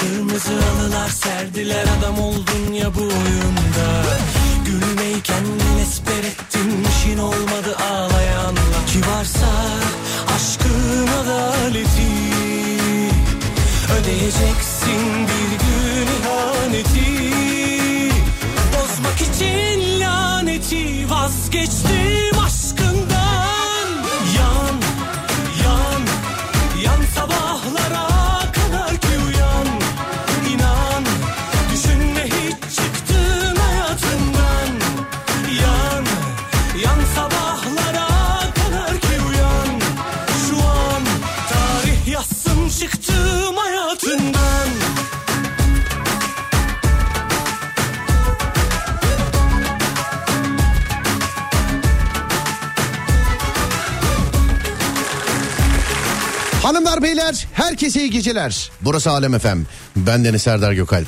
Kırmızı halılar serdiler, adam oldun ya bu oyunda. Gülmeyi kendin esper ettin, işin olmadı ağlayanla. Ki varsa aşkın adaleti, ödeyeceksin bir gün ihaneti. Bozmak için laneti, vazgeçtim aşkından. Yan, yan, yan sabahlara kadar ki uyan. İnan, düşünme hiç çıktın hayatından. Yan, yan sabahlara kadar ki uyan. Şu an tarih yazsın çıktım hayatından. Hanımlar beyler herkese iyi geceler. Burası Alem FM. Bendeniz Serdar Gökalp.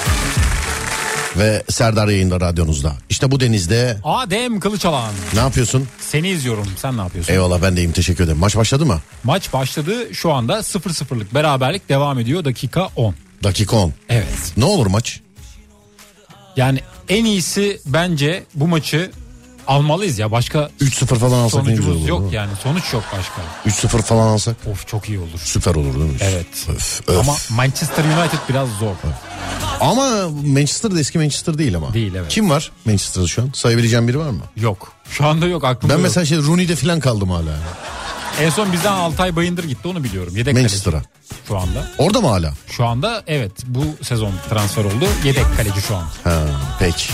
Ve Serdar yayında radyonuzda. İşte bu denizde. Adem Kılıçalan. Ne yapıyorsun? Seni izliyorum. Sen ne yapıyorsun? Eyvallah, ben de iyiyim, teşekkür ederim. Maç başladı mı? Maç başladı. Şu anda 0-0'lık beraberlik devam ediyor. Dakika 10. Dakika 10. Evet. Ne olur maç? Yani en iyisi bence bu maçı almalıyız ya. Başka 3-0 falan alsak ne güzel sonucumuz olur. yok yani. Sonuç yok başka. 3-0 falan alsak. Of, çok iyi olur. Süper olur değil mi? Evet. Öf. Ama Manchester United biraz zor. Ama Manchester da eski Manchester değil ama. Değil, evet. Kim var Manchester'da şu an? Sayabileceğim biri var mı? Yok. Şu anda yok, aklımda Ben yok. mesela Rooney'de falan kaldım hala. En son bizden Altay Bayındır gitti, onu biliyorum. Yedek Manchester'a. kaleci şu anda. Orada mı hala? Şu anda evet, bu sezon transfer oldu. Yedek kaleci şu an. Ha, peki.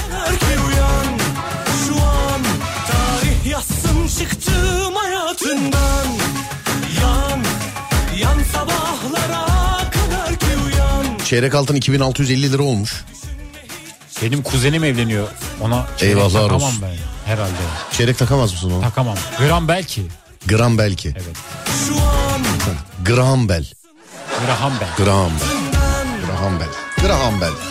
Şu an tarih yazsın çıktım hayatından. Yan, yan sabahlara kadar ki uyan. Çeyrek altın 2650 lira olmuş. Benim kuzenim evleniyor. Ona çeyrek Eyvahlar takamam olsun. ben herhalde. Çeyrek takamaz mısın ona? Takamam. Gram belki. Gram belki. Evet. Şu an Graham Bell. Graham Bell. Graham Bell. Graham Bell. Graham Bell.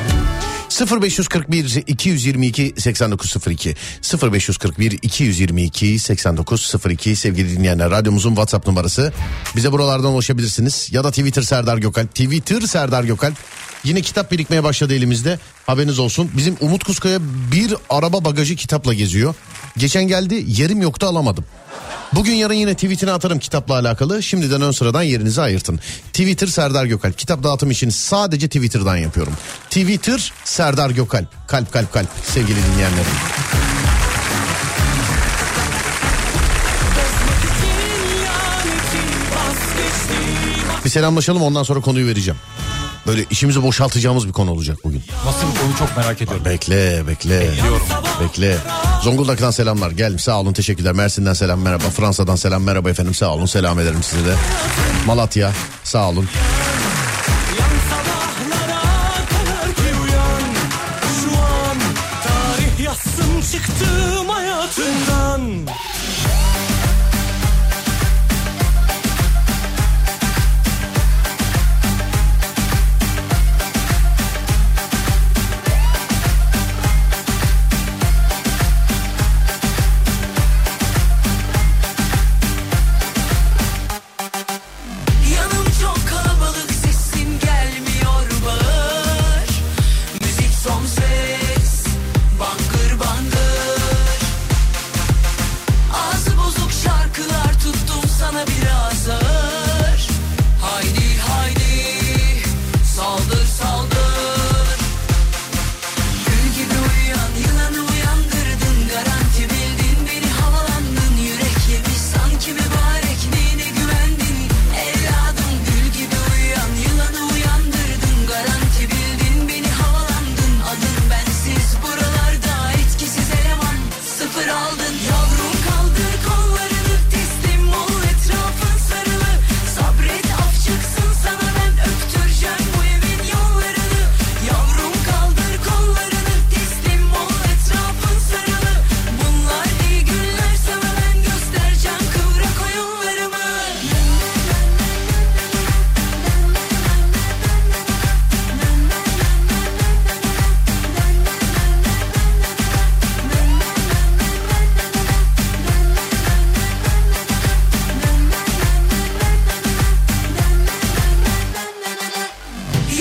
0541 222 8902 0541 222 8902 sevgili dinleyenler, radyomuzun WhatsApp numarası. Bize buralardan ulaşabilirsiniz ya da Twitter Serdar Gökalp. Twitter Serdar Gökalp. Yine kitap birikmeye başladı elimizde, haberiniz olsun. Bizim Umut Kuzkaya bir araba bagajı kitapla geziyor. Geçen geldi, yerim yoktu, alamadım. Bugün yarın yine tweetini atarım kitapla alakalı. Şimdiden ön sıradan yerinizi ayırtın. Twitter Serdar Gökalp. Kitap dağıtım için sadece Twitter'dan yapıyorum. Twitter Serdar Gökalp. Kalp kalp kalp sevgili dinleyenlerim. Bir selamlaşalım, ondan sonra konuyu vereceğim. Böyle işimizi boşaltacağımız bir konu olacak bugün. Nasıl bir konu, çok merak ediyorum. Bekle. Bekle. Zonguldak'tan selamlar. Gelmiş, sağ olun, teşekkürler. Mersin'den selam, merhaba. Fransa'dan selam, merhaba efendim, sağ olun, selam ederim size de. Malatya, sağ olun. yan sabahlara kadar ki uyan. Şu an tarih yazsın çıktım hayatından.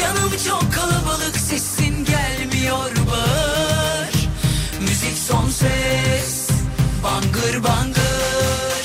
Yanım çok kalabalık, sesin gelmiyor bağır. Müzik son ses, bangır bangır.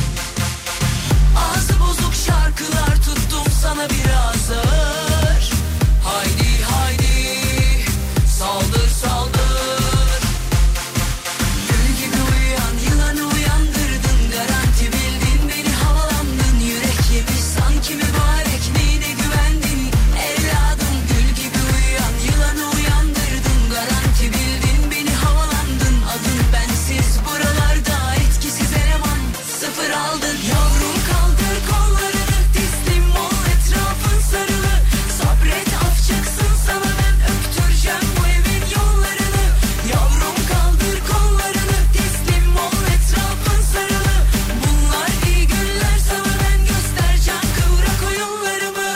Ağzı bozuk şarkılar tuttum sana biraz ağır. Haydi haydi saldır saldır. Gül gibi uyuyan yılanı uyandırdın. Garanti bildin beni havalandın. Yürek yemiş sanki mübarek, neyine güvendin evladım. Gül gibi uyuyan yılanı uyandırdın. Garanti bildin beni havalandın. Adın bensiz buralarda etkisiz eleman. Sıfır aldın yavrum, kaldır kollarını. Teslim ol, etrafın sarılı. Sabret, af çıksın sana, ben öptüreceğim bu evin yollarını. Yavrum kaldır kollarını. Teslim ol, etrafın sarılı. Bunlar iyi günler sana, ben göstereceğim kıvrak oyunlarımı.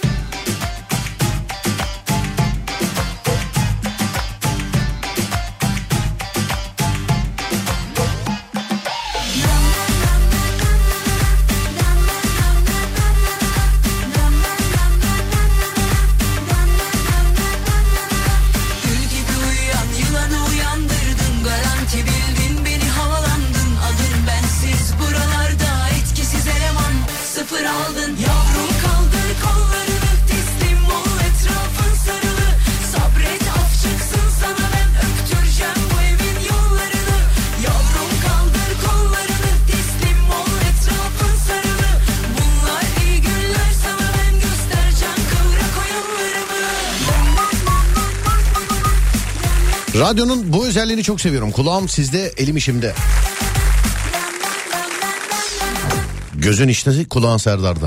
Gül gibi uyuyan yılanı uyandırdın. Garanti bildin beni havalandın. Adın bensiz buralarda etkisiz eleman. Sıfır aldın yavrum, kaldır kollarını. Teslim ol, etrafın sarılı. Sabret, af çıksın sana, ben öptüreceğim bu evin yollarını. Yavrum kaldır kollarını. Teslim ol, etrafın sarılı. Bunlar iyi günler sana, ben göstereceğim kıvrak oyunlarımı. Radyonun bu özelliğini çok seviyorum. Kulağım sizde, elim işimde. Gözün işte, kulağın Serdar'da.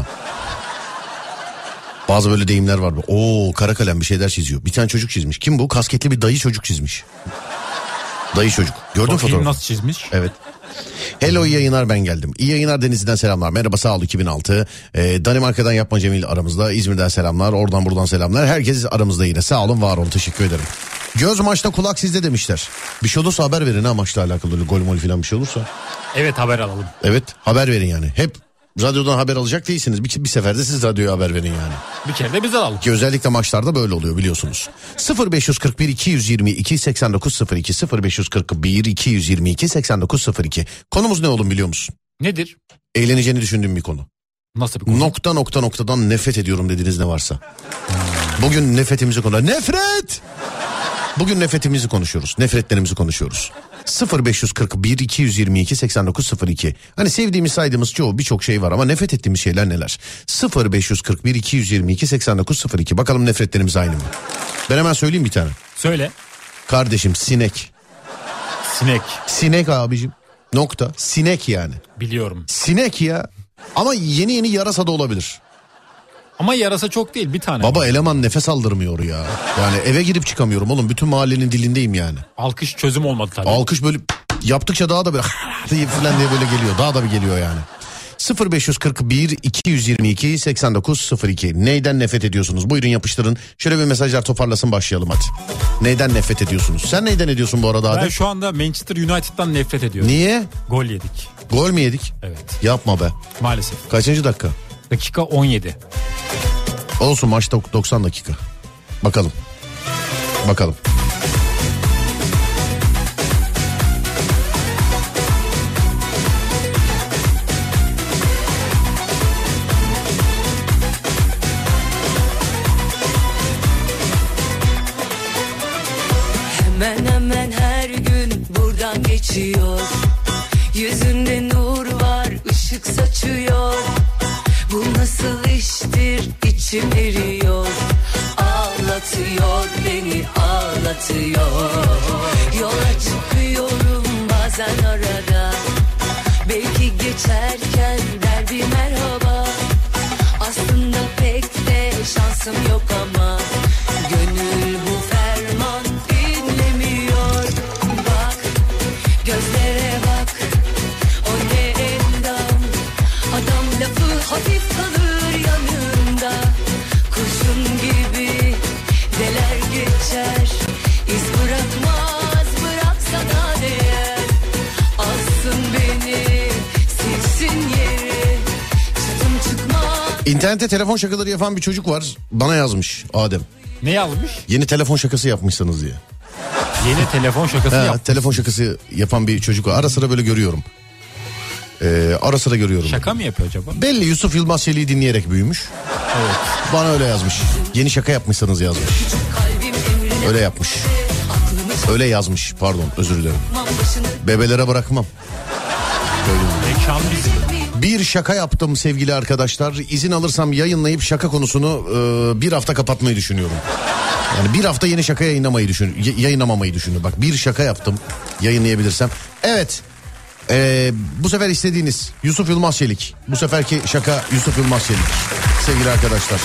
Bazı böyle deyimler var. Oo, kara kalem bir şeyler çiziyor. Bir tane çocuk çizmiş. Kim bu? Kasketli bir dayı çocuk çizmiş. Dayı çocuk. Gördün Bakayım fotoğrafı? nasıl çizmiş? Evet. Hello, iyi yayınlar, ben geldim. İyi yayınlar, Denizli'den selamlar. Merhaba, sağ ol 2006. Danimarka'dan Yapma Cemil aramızda. İzmir'den selamlar. Oradan buradan selamlar. Herkes aramızda yine. Sağ olun, var olun. Teşekkür ederim. Göz maçta, kulak sizde demişler. Bir şey olursa haber verin ha, maçla alakalı. Gol mol falan bir şey olursa. Evet, haber alalım. Evet, haber verin yani. Hep radyodan haber alacak değilsiniz. Bir seferde siz radyoya haber verin yani. Bir kere de biz alalım. Ki özellikle maçlarda böyle oluyor biliyorsunuz. 0541 222 8902 0541 222 8902. Konumuz ne oğlum biliyor musun? Nedir? Eğleneceğini düşündüğüm bir konu. Nasıl bir konu? Noktadan nefret ediyorum dediğiniz ne varsa. Bugün nefretimizi konuşuyoruz. Nefret! Bugün nefretimizi konuşuyoruz. Nefretlerimizi konuşuyoruz. 0541 222 8902. Hani sevdiğimiz, saydığımız birçok şey var ama nefret ettiğimiz şeyler neler? 0541 222 8902. Bakalım nefretlerimiz aynı mı? Ben hemen söyleyeyim bir tane. Söyle. Kardeşim, sinek. Sinek. Sinek abicim. Nokta. Sinek yani. Biliyorum. Sinek ya. Ama yeni yarasa da olabilir. Ama yarasa çok değil, bir tane. Baba eleman nefes aldırmıyor ya. Yani eve girip çıkamıyorum oğlum. Bütün mahallenin dilindeyim yani. Alkış çözüm olmadı tabii. Alkış böyle yaptıkça daha da böyle falan diye böyle geliyor. Daha da bir geliyor yani. 0541 222 8902. Neyden nefret ediyorsunuz? Buyurun yapıştırın. Şöyle bir mesajlar toparlasın, başlayalım hadi. Neyden nefret ediyorsunuz? Sen neyden ediyorsun bu arada abi? Ben şu anda Manchester United'dan nefret ediyorum. Niye? Gol yedik. Gol mü yedik? Evet. Yapma be. Maalesef. Kaçıncı dakika? Dakika 17. Olsun, maçta 90 dakika. Bakalım. Hemen her gün buradan geçiyor. Yüzünde nur var, ışık saçıyor. Bu nasıl iştir, içim eriyor. Ağlatıyor beni, ağlatıyor. Yola çıkıyorum bazen arada. Belki geçerken der bir merhaba. Aslında pek de şansım yok ama gönül bu ferman dinlemiyor. Bak, gözlere bak, o ne endam. Adam lafı hafif kalır yanında. Kurşun gibi deler geçer, iz bırakmaz, bıraksa da değer. Alsın beni, silsin yeri, çıtım çıkmaz. İnternette telefon şakaları yapan bir çocuk var. Bana yazmış Adem. Ne yazmış? Yeni telefon şakası yapmışsınız diye. Yeni telefon şakası yapmış. Telefon şakası yapan bir çocuk var. Ara sıra böyle görüyorum. Ara sıra görüyorum. Şaka mı yapıyor acaba? Belli, Yusuf Yılmaz Çelik'i dinleyerek büyümüş. Evet. Bana öyle yazmış. Yeni şaka yapmışsınız yazmış. Öyle yapmış. Öyle yazmış, pardon, özür dilerim. Bebelere bırakmam. Mekan bizim. Bir şaka yaptım sevgili arkadaşlar. İzin alırsam yayınlayıp şaka konusunu bir hafta kapatmayı düşünüyorum. Yani bir hafta yeni şaka yayınlamamayı düşünüyorum. Bak, bir şaka yaptım, yayınlayabilirsem. Evet. Bu sefer istediğiniz Yusuf Yılmaz Çelik. Bu seferki şaka Yusuf Yılmaz Çelik. Sevgili arkadaşlar.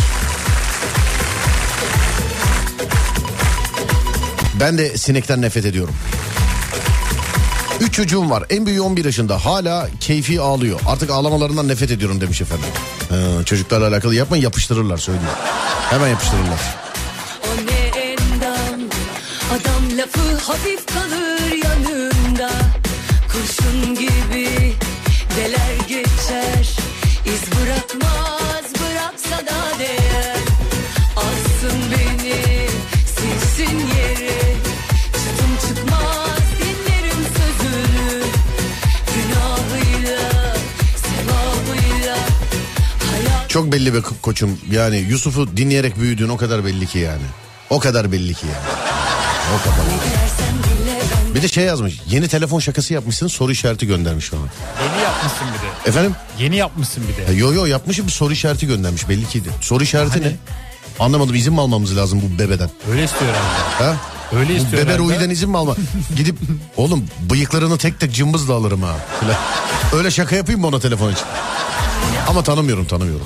Ben de sinekten nefret ediyorum. 3 çocuğum var. En büyüğü 11 yaşında. Hala keyfi ağlıyor. Artık ağlamalarından nefret ediyorum demiş efendim. Çocuklarla alakalı yapmayın, yapıştırırlar, söyleyeyim. Hemen yapıştırırlar. O ne endam, adam lafı hafif kalır yanımda. Kurşun gibi deler geçer, iz bırakmaz, bıraksa da değer. Alsın beni, silsin yere, çıtım çıkmaz, dinlerim sözünü. Günahıyla, sevabıyla hayat. Çok belli be koçum. Yani Yusuf'u dinleyerek büyüdüğün o kadar belli ki yani. O kadar belli ki yani. O kadar. Bir de şey yazmış. Yeni telefon şakası yapmışsın, soru işareti göndermiş bana. Yeni yapmışsın bir de. Efendim? Yeni yapmışsın bir de. Yo yapmışım, bir soru işareti göndermiş belli ki. Soru işareti Hani? ne? Anlamadım, izin mi almamız lazım bu bebeden? Öyle istiyor herhalde. Ha? Öyle Bu istiyor bebe herhalde. Ruhi'den izin mi alma? Gidip oğlum bıyıklarını tek tek cımbızla alırım ha. Falan. Öyle şaka yapayım mı ona telefon için? Ama tanımıyorum.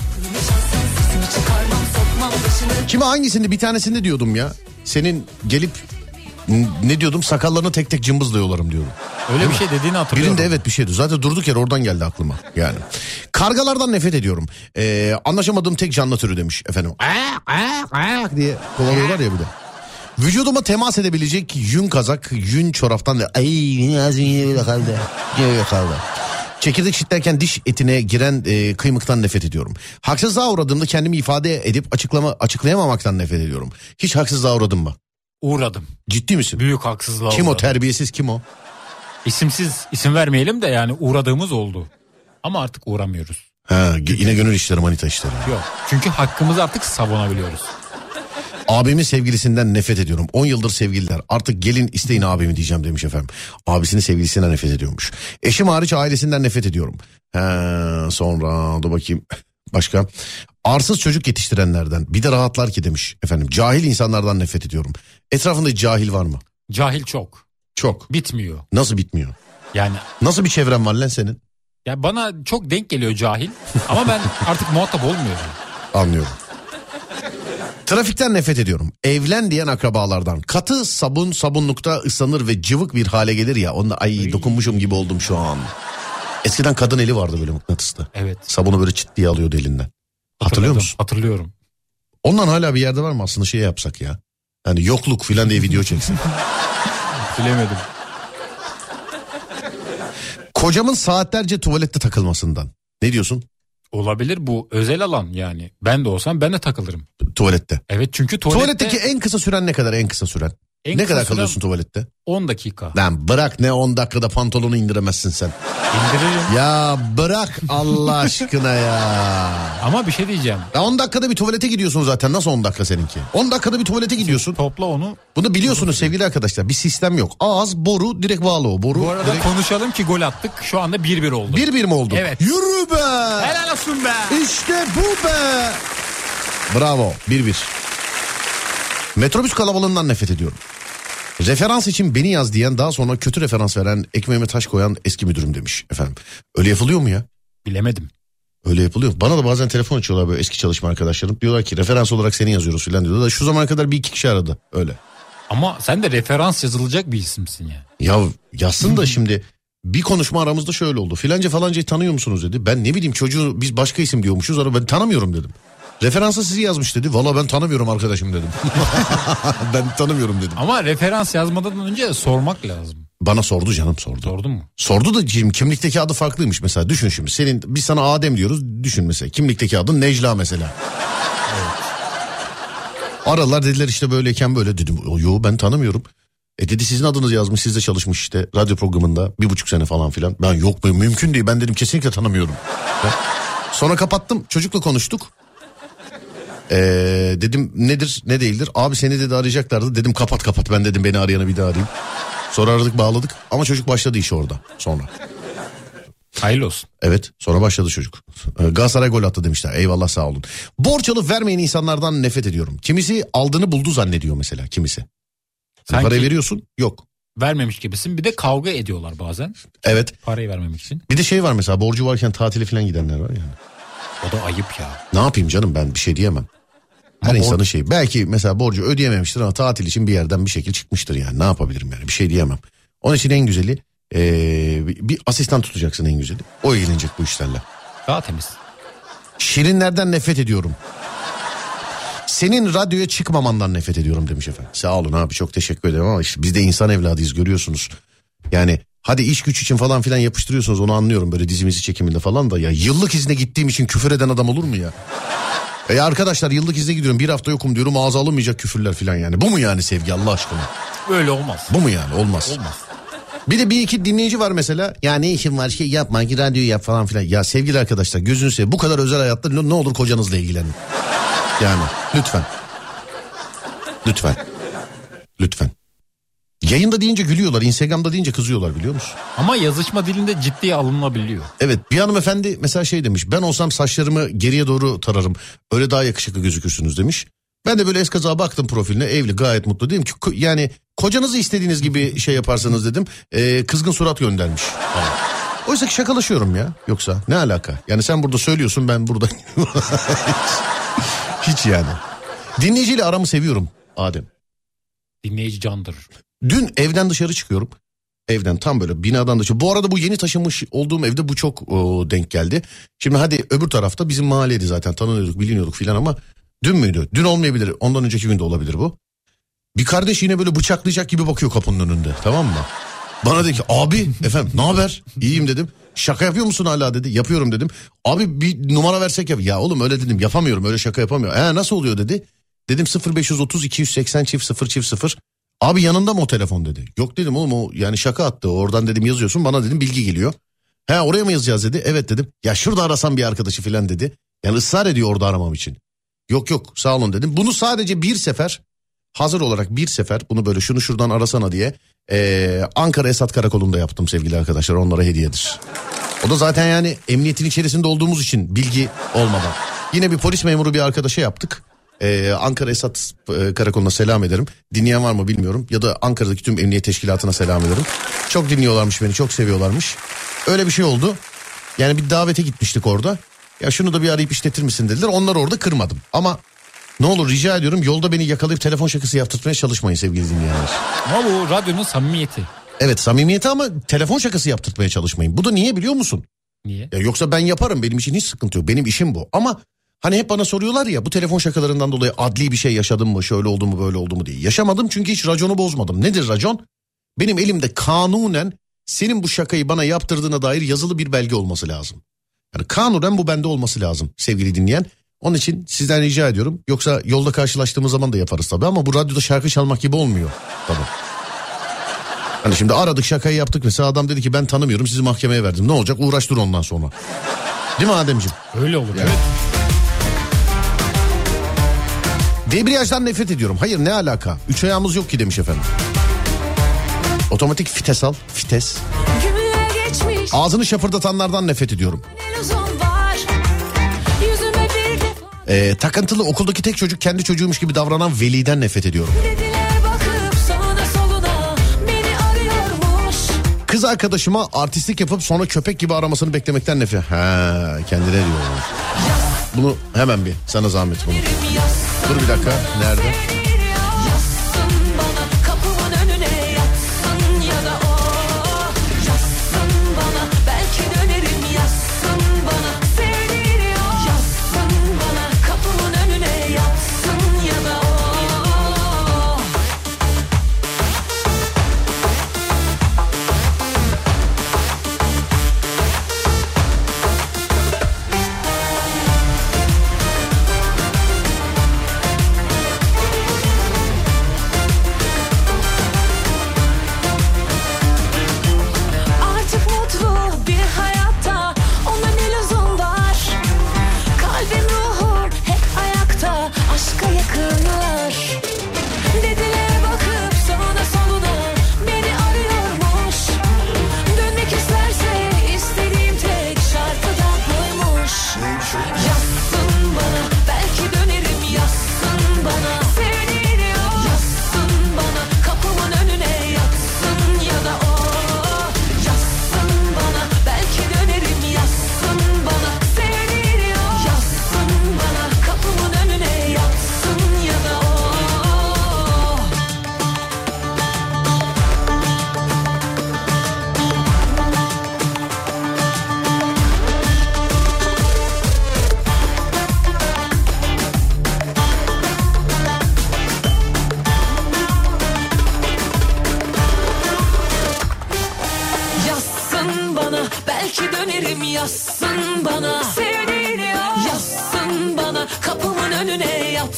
Kime hangisinde, bir tanesinde diyordum ya. Senin gelip ne diyordum, sakallarını tek tek cımbızla yolarım diyordum. Öyle bir şey dediğini hatırlıyorum. Birinde evet bir şeydi. Zaten durduk yere oradan geldi aklıma yani. Kargalardan nefret ediyorum. Anlaşamadığım tek canlı türü demiş efendim. Diye kovalıyorlar ya bir de. Vücuduma temas edebilecek yün kazak, yün çoraptan da çekirdek çitlerken diş etine giren kıymıktan nefret ediyorum. Haksızlığa uğradığımda kendimi ifade edip açıklayamamaktan nefret ediyorum. Hiç haksızlığa uğradın mı? Uğradım. Ciddi misin? Büyük haksızlığa Kim o, uğradım. terbiyesiz kim o? İsim vermeyelim de yani uğradığımız oldu. Ama artık uğramıyoruz. Yine gönül işleri, manita işleri. Yok. Çünkü hakkımızı artık savunabiliyoruz. Abimin sevgilisinden nefret ediyorum. 10 yıldır sevgililer. Artık gelin isteyin abimi diyeceğim demiş efendim. Abisinin sevgilisinden nefret ediyormuş. Eşim hariç ailesinden nefret ediyorum. Sonra dur bakayım. Başka? Arsız çocuk yetiştirenlerden. Bir de rahatlar ki demiş efendim. Cahil insanlardan nefret ediyorum. Etrafında cahil var mı? Cahil çok. Çok. Bitmiyor. Nasıl bitmiyor? Yani. Nasıl bir çevren var lan senin? Ya bana çok denk geliyor cahil. Ama ben artık muhatap olmuyorum. Anlıyorum. Trafikten nefret ediyorum. Evlen diyen akrabalardan. Katı sabunlukta ıslanır ve cıvık bir hale gelir ya. Onda ay dokunmuşum gibi oldum şu an. Eskiden kadın eli vardı böyle mıknatıslı. Evet. Sabunu böyle çıt diye alıyordu elinden. Hatırlıyor musun? Hatırlıyorum. Ondan hala bir yerde var mı aslında, şey yapsak ya? Yani yokluk filan diye video çeksin. Bilemedim. Kocamın saatlerce tuvalette takılmasından. Ne diyorsun? Olabilir, bu özel alan yani. Ben de olsam ben de takılırım. Tuvalette. Evet, çünkü Tuvaletteki en kısa süren ne kadar, en kısa süren? En ne kısa kadar süren kalıyorsun tuvalette? 10 dakika. Lan bırak, ne 10 dakikada pantolonu indiremezsin sen. İndiririm. Ya bırak Allah aşkına ya. Ama bir şey diyeceğim. Ya 10 dakikada bir tuvalete gidiyorsun zaten. Nasıl 10 dakika seninki? 10 dakikada bir tuvalete gidiyorsun. Topla onu. Bunu biliyorsunuz sevgili arkadaşlar. Bir sistem yok. Ağız, boru, direkt bağlı o. Boru, Bu arada direkt... konuşalım ki gol attık. Şu anda 1-1 oldu. 1-1 mi oldu? Evet. Yürü be. Helal olsun be. İşte bu be. Bravo. 1-1. Metrobüs kalabalığından nefret ediyorum. Referans için beni yaz diyen, daha sonra kötü referans veren, ekmeğime taş koyan eski müdürüm demiş efendim. Öyle yapılıyor mu ya? Bilemedim. Öyle yapılıyor. Bana da bazen telefon açıyorlar böyle eski çalışma arkadaşlarım. Diyorlar ki referans olarak seni yazıyoruz filan diyorlar. Da şu zamana kadar bir iki kişi aradı öyle. Ama sen de referans yazılacak bir isimsin ya. Ya yazsın da şimdi bir konuşma aramızda şöyle oldu. Filanca falancayı tanıyor musunuz dedi. Ben ne bileyim, çocuğu biz başka isim diyormuşuz. Ama ben tanımıyorum dedim. Referansa sizi yazmış dedi. Valla ben tanımıyorum arkadaşım dedim. Ben tanımıyorum dedim. Ama referans yazmadan önce sormak lazım. Bana sordu canım, sordu. Sordun mu? Sordu da kimlikteki adı farklıymış mesela. Düşün şimdi. Biz sana Adem diyoruz. Düşün mesela. Kimlikteki adın Necla mesela. Evet. Aralar dediler işte böyleyken böyle, dedim. Yo ben tanımıyorum. Dedi sizin adınız yazmış, sizde çalışmış işte radyo programında 1,5 sene falan filan. Ben yok mümkün değil, ben dedim kesinlikle tanımıyorum. Sonra kapattım, çocukla konuştuk. Dedim nedir ne değildir, abi seni dedi arayacaklardı, dedim kapat ben dedim beni arayanı bir daha arayayım. Sonra aradık, bağladık ama çocuk başladı işi orada sonra. Hayırlı olsun. Evet, sonra başladı çocuk. Galatasaray gol attı demişler, eyvallah sağ olun. Borç alıp vermeyen insanlardan nefret ediyorum. Kimisi aldığını buldu zannediyor mesela, kimisi. Sanki parayı veriyorsun, yok. Vermemiş gibisin, bir de kavga ediyorlar bazen. Evet. Parayı vermemek için. Bir de şey var mesela, borcu varken tatile falan gidenler var yani. O da ayıp ya. Ne yapayım canım, ben bir şey diyemem. Her insanın şeyi. Belki mesela borcu ödeyememiştir ama tatil için bir yerden bir şekil çıkmıştır yani. Ne yapabilirim yani, bir şey diyemem. Onun için en güzeli bir asistan tutacaksın, en güzeli. O ilgilenecek bu işlerle. Daha temiz. Şirinlerden nefret ediyorum. Senin radyoya çıkmamandan nefret ediyorum demiş efendim. Sağ olun abi, çok teşekkür ederim ama işte biz de insan evladıyız, görüyorsunuz. Yani hadi iş güç için falan filan yapıştırıyorsunuz, onu anlıyorum böyle dizimizi çekiminde falan da. Ya yıllık izne gittiğim için küfür eden adam olur mu ya? Arkadaşlar yıllık izne gidiyorum, bir hafta yokum diyorum, ağza alınmayacak küfürler filan yani. Bu mu yani sevgi Allah aşkına? Böyle olmaz. Bu mu yani? Olmaz. Olmaz. Bir de bir iki dinleyici var mesela. Ya ne işin var, şey yapma, ki radyoyu yap falan filan. Ya sevgili arkadaşlar, gözünü seveyim, bu kadar özel hayatta ne olur kocanızla ilgilenin. Yani lütfen. Lütfen. Yayında deyince gülüyorlar, Instagram'da deyince kızıyorlar, biliyor musun? Ama yazışma dilinde ciddiye alınabiliyor. Evet, bir hanımefendi mesela şey demiş, ben olsam saçlarımı geriye doğru tararım, öyle daha yakışıklı gözükürsünüz demiş. Ben de böyle eskaza baktım profiline, evli, gayet mutlu, dedim ki yani kocanızı istediğiniz gibi şey yaparsanız dedim, kızgın surat göndermiş. Oysa ki şakalaşıyorum ya, yoksa ne alaka? Yani sen burada söylüyorsun, ben burada hiç yani. Dinleyiciyle aramı seviyorum Adem. Dinleyici candır. Dün evden dışarı çıkıyorum. Evden tam böyle binadan dışarı. Bu arada bu yeni taşınmış olduğum evde bu çok denk geldi. Şimdi hadi öbür tarafta bizim mahalleydi zaten, tanınıyorduk, biliniyorduk filan ama dün müydü? Dün olmayabilir, ondan önceki gün de olabilir bu. Bir kardeş yine böyle bıçaklayacak gibi bakıyor kapının önünde, tamam mı? Bana dedi ki abi efendim ne haber? İyiyim dedim. Şaka yapıyor musun hala dedi. Yapıyorum dedim. Abi bir numara versek ya. Ya oğlum öyle dedim, yapamıyorum, öyle şaka yapamıyorum. Nasıl oluyor dedi. Dedim 0530 280 000. Abi yanında mı o telefon dedi. Yok dedim oğlum, o yani şaka attı. Oradan dedim yazıyorsun, bana dedim bilgi geliyor. Oraya mı yazacağız dedi. Evet dedim. Ya şurada arasam bir arkadaşı filan dedi. Yani ısrar ediyor orada aramam için. Yok sağ olun dedim. Bunu sadece bir sefer, hazır olarak bir sefer bunu böyle şunu şuradan arasana diye Ankara Esat Karakolu'nda yaptım sevgili arkadaşlar, onlara hediyedir. O da zaten yani emniyetin içerisinde olduğumuz için bilgi olmadan. Yine bir polis memuru bir arkadaşa yaptık. Ankara Esat Karakolu'na selam ederim. Dinleyen var mı bilmiyorum. Ya da Ankara'daki tüm emniyet teşkilatına selam ederim. Çok dinliyorlarmış beni, çok seviyorlarmış. Öyle bir şey oldu. Yani bir davete gitmiştik orada. Ya şunu da bir arayıp işletir misin dediler. Onları orada kırmadım. Ama ne olur rica ediyorum, yolda beni yakalayıp telefon şakası yaptırtmaya çalışmayın sevgili dinleyenler. Ama bu radyonun samimiyeti. Evet samimiyeti, ama telefon şakası yaptırtmaya çalışmayın. Bu da niye biliyor musun? Niye? Ya yoksa ben yaparım, benim için hiç sıkıntı yok. Benim işim bu. Ama hani hep bana soruyorlar ya, bu telefon şakalarından dolayı adli bir şey yaşadın mı, şöyle oldu mu böyle oldu mu diye. Yaşamadım çünkü hiç raconu bozmadım. Nedir racon? Benim elimde kanunen senin bu şakayı bana yaptırdığına dair yazılı bir belge olması lazım. Yani kanunen bu bende olması lazım sevgili dinleyen. Onun için sizden rica ediyorum. Yoksa yolda karşılaştığımız zaman da yaparız tabii, ama bu radyoda şarkı çalmak gibi olmuyor tabii. Hani şimdi aradık, şakayı yaptık mesela, adam dedi ki ben tanımıyorum, sizi mahkemeye verdim. Ne olacak, uğraş dur ondan sonra. Değil mi Ademciğim? Öyle olur. Evet. Debriyajdan nefret ediyorum. Hayır ne alaka? 3 ayağımız yok ki demiş efendim. Otomatik vites al. Vites. Ağzını şapırdatanlardan nefret ediyorum. Takıntılı, okuldaki tek çocuk kendi çocuğumuş gibi davranan veliden nefret ediyorum. Kız arkadaşıma artistlik yapıp sonra köpek gibi aramasını beklemekten nefret. Kendine diyor. Bunu hemen bir sana zahmet bunu. Dur bir dakika, nerede?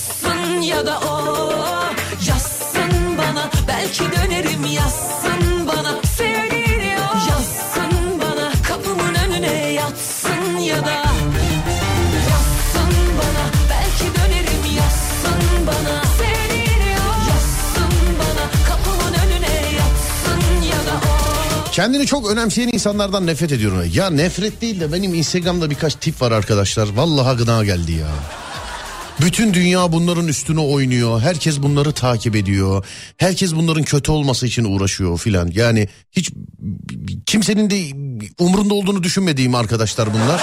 yazsın ya da o yazsın bana, belki dönerim yazsın bana, seviniyor yazsın bana, kapımın önüne yatsın ya da yazsın bana, belki dönerim yazsın bana, seviniyor yazsın bana, kapımın önüne yatsın ya da o. Kendini çok önemseyen insanlardan nefret ediyorum. Ya nefret değil de benim Instagram'da birkaç tip var arkadaşlar. Vallahi gına geldi ya. Bütün dünya bunların üstüne oynuyor. Herkes bunları takip ediyor. Herkes bunların kötü olması için uğraşıyor filan. Yani hiç kimsenin de umrunda olduğunu düşünmediğim arkadaşlar bunlar.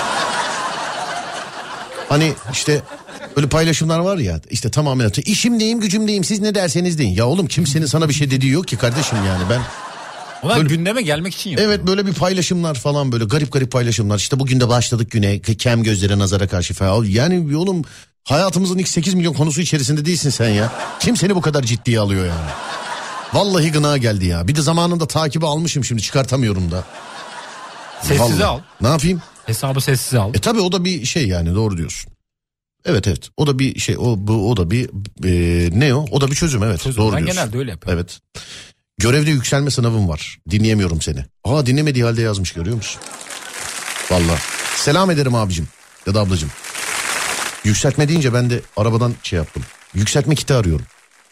Hani işte böyle paylaşımlar var ya, işte tamamen işimdeyim gücümdeyim, siz ne derseniz deyin. Ya oğlum kimsenin sana bir şey dediği yok ki kardeşim yani. Ben Onlar böyle, gündeme gelmek için yapıyor. evet, böyle bir paylaşımlar falan, böyle garip garip paylaşımlar. İşte bugün de başladık güne, kem gözlere nazara karşı falan. Yani oğlum hayatımızın ilk 8 milyon konusu içerisinde değilsin sen ya. Kim seni bu kadar ciddiye alıyor yani? Vallahi gına geldi ya. Bir de zamanında takibi almışım, şimdi çıkartamıyorum da. Sessize Vallahi. al. Ne yapayım? Hesabı sessize al. Tabii o da bir şey yani, doğru diyorsun. Evet o da bir şey, o da bir ne o? O da bir çözüm, evet. Çözüm. Doğru Ben diyorsun. genelde öyle yapıyorum. Evet. Görevde yükselme sınavım var. Dinleyemiyorum seni. Dinlemediği halde yazmış, görüyor musun? Vallahi. Selam ederim abicim ya da ablacım. Yükseltme deyince ben de arabadan şey yaptım. Yükseltme kiti arıyorum.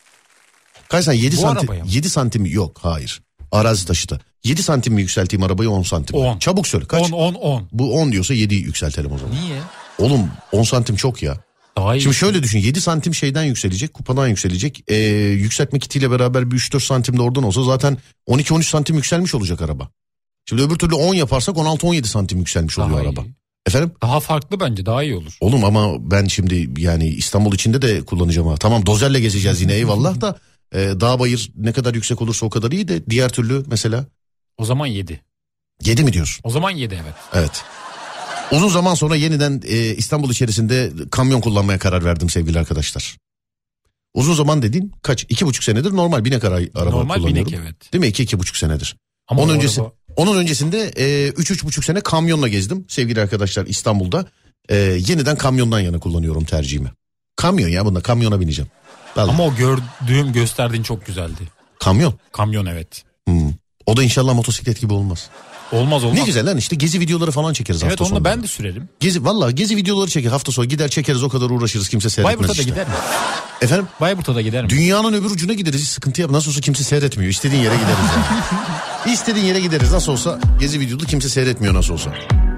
Kaç santim? 7 santim. 7 santim yok, hayır. Arazi taşıtı. 7 santim mi yükselteyim arabayı, 10 santim mi? 10. Çabuk söyle kaç? 10. Bu 10 diyorsa 7'yi yükseltelim o zaman. Niye? Oğlum 10 santim çok ya. Daha iyi. Şimdi şöyle düşün, 7 santim şeyden yükselecek, kupadan yükselecek. Yükseltme kitiyle beraber bir 3-4 santim de oradan olsa zaten 12-13 santim yükselmiş olacak araba. Şimdi öbür türlü 10 yaparsak 16-17 santim yükselmiş oluyor Daha araba. iyi. Efendim? Daha farklı bence, daha iyi olur. Oğlum ama ben şimdi yani İstanbul içinde de kullanacağım ha. Tamam, dozerle gezeceğiz yine eyvallah da dağ bayır ne kadar yüksek olursa o kadar iyi de diğer türlü mesela. O zaman 7. 7 mi diyorsun? O zaman 7, evet. Evet. Uzun zaman sonra yeniden İstanbul içerisinde kamyon kullanmaya karar verdim sevgili arkadaşlar. Uzun zaman dediğin kaç? 2,5 senedir normal binek araba Normal kullanıyorum. binek, evet. Değil mi? 2,5 senedir. Ama Onun öncesinde 3,5 sene kamyonla gezdim sevgili arkadaşlar İstanbul'da. Yeniden kamyondan yana kullanıyorum tercihimi. Kamyon ya, bunda kamyona bineceğim. Vallahi. Ama o gösterdiğin çok güzeldi. Kamyon? Kamyon, evet. O da inşallah motosiklet gibi olmaz. Olmaz. Ne güzel lan, işte gezi videoları falan çekeriz evet, hafta sonu. Evet, onu ben de sürerim. Gezi videoları çeker hafta sonu, gider çekeriz, o kadar uğraşırız, kimse seyretmez. Bayburt'a da işte. gider mi? Efendim? Bayburt'a da gider mi? Dünyanın öbür ucuna gideriz, hiç sıkıntı yap. Nasıl olsa kimse seyretmiyor. İstediğin yere gideriz yani. İstediğin yere gideriz. Nasıl olsa gezi videoda kimse seyretmiyor nasıl olsa.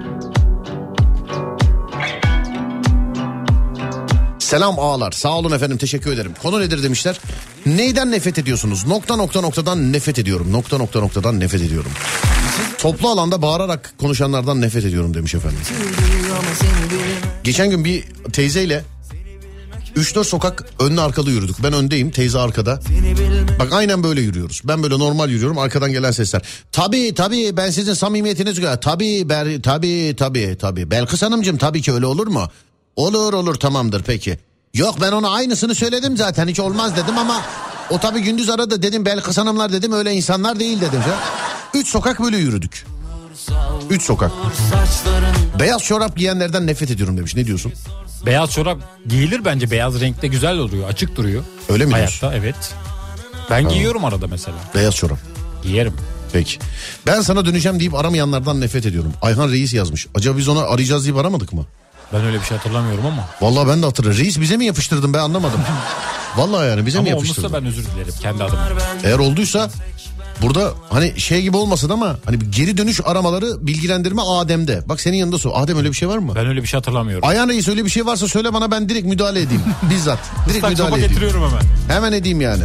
Selam ağalar. Sağ olun efendim, teşekkür ederim. Konu nedir demişler. Neyden nefret ediyorsunuz? Noktadan nefret ediyorum. Noktadan nefret ediyorum. Toplu alanda bağırarak konuşanlardan nefret ediyorum demiş efendim. Geçen gün bir teyzeyle 3-4 sokak önlü arkalı yürüdük. Ben öndeyim, teyze arkada. Bak aynen böyle yürüyoruz. Ben böyle normal yürüyorum, arkadan gelen sesler. Tabii ben sizin samimiyetiniz güzel. Tabii. Belkıs Hanımcığım, tabii ki öyle olur mu? Olur tamamdır peki. Yok, ben ona aynısını söyledim zaten, hiç olmaz dedim ama o tabii gündüz aradı, dedim Belkıs Hanımlar dedim, öyle insanlar değil dedim. 3 sokak böyle yürüdük. 3 sokak. Beyaz çorap giyenlerden nefret ediyorum demiş. Ne diyorsun? Beyaz çorap giyilir bence, beyaz renkte güzel oluyor, açık duruyor. Öyle mi hayatta diyorsun? Evet. Ben giyiyorum arada mesela. Beyaz çorap. Giyerim. Peki. Ben sana döneceğim deyip aramayanlardan nefret ediyorum. Ayhan Reis yazmış. Acaba biz ona arayacağız deyip aramadık mı? Ben öyle bir şey hatırlamıyorum ama. Vallahi ben de hatırlıyorum. Reis bize mi yapıştırdın, ben anlamadım. Vallahi yani bize mi yapıştırdın? Ama olmuşsa ben özür dilerim kendi adıma. Eğer olduysa burada hani şey gibi olmasın ama hani geri dönüş aramaları, bilgilendirme Adem'de. Bak senin yanında sor. Adem, öyle bir şey var mı? Ben öyle bir şey hatırlamıyorum. Ayhan Reis, öyle bir şey varsa söyle bana, ben direkt müdahale edeyim. Bizzat. Direkt Islak müdahale sopa edeyim. getiriyorum hemen. Hemen edeyim yani.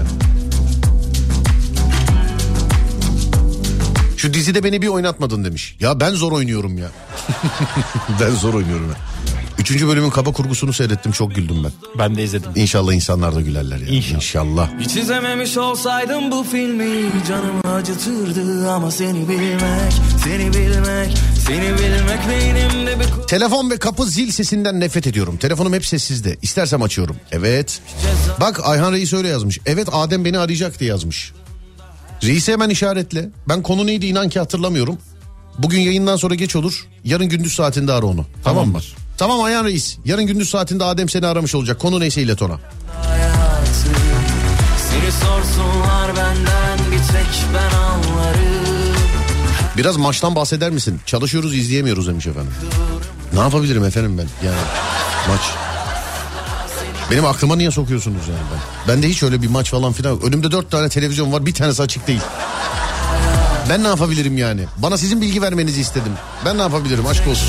Şu dizide beni bir oynatmadın demiş. Ya ben zor oynuyorum ya. Ben zor oynuyorum ya. 3. bölümün kaba kurgusunu seyrettim, çok güldüm ben. Ben de izledim. İnşallah insanlar da gülerler ya. İnşallah. Hiç izlememiş olsaydım bu filmi, canımı acıtırdı ama seni bilmek beynimde bir... Telefon ve kapı zil sesinden nefret ediyorum. Telefonum hep sessizde. İstersem açıyorum. Evet. Bak Ayhan Reis öyle yazmış. Evet, Adem beni arayacak diye yazmış. Reis'e hemen işaretle. Ben konu neydi inan ki hatırlamıyorum. Bugün yayından sonra geç olur. Yarın gündüz saatinde ara onu. Tamam mı? Tamam Ayhan Reis. Yarın gündüz saatinde Adem seni aramış olacak. Konu neyse ilet ona. Seni sorsunlar benden bir tek ben anlarım. Biraz maçtan bahseder misin? Çalışıyoruz izleyemiyoruz demiş efendim. Ne yapabilirim efendim ben? Yani maç. Benim aklıma niye sokuyorsunuz yani ben? Bende hiç öyle bir maç falan filan. Önümde 4 tane televizyon var, bir tanesi açık değil. Ben ne yapabilirim yani? Bana sizin bilgi vermenizi istedim. Ben ne yapabilirim? Aşk olsun.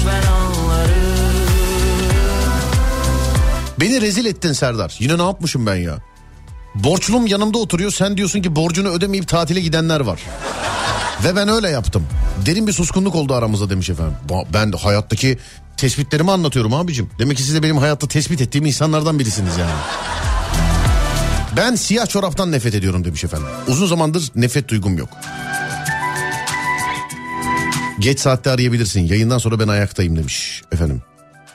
Beni rezil ettin Serdar. Yine ne yapmışım ben ya? Borçlum yanımda oturuyor. Sen diyorsun ki borcunu ödemeyip tatile gidenler var. Ve ben öyle yaptım. Derin bir suskunluk oldu aramızda demiş efendim. Ben hayattaki tespitlerimi anlatıyorum abicim. Demek ki siz de benim hayatta tespit ettiğim insanlardan birisiniz yani. Ben siyah çoraptan nefret ediyorum demiş efendim. Uzun zamandır nefret duygum yok. Geç saatte arayabilirsin. Yayından sonra ben ayaktayım demiş efendim.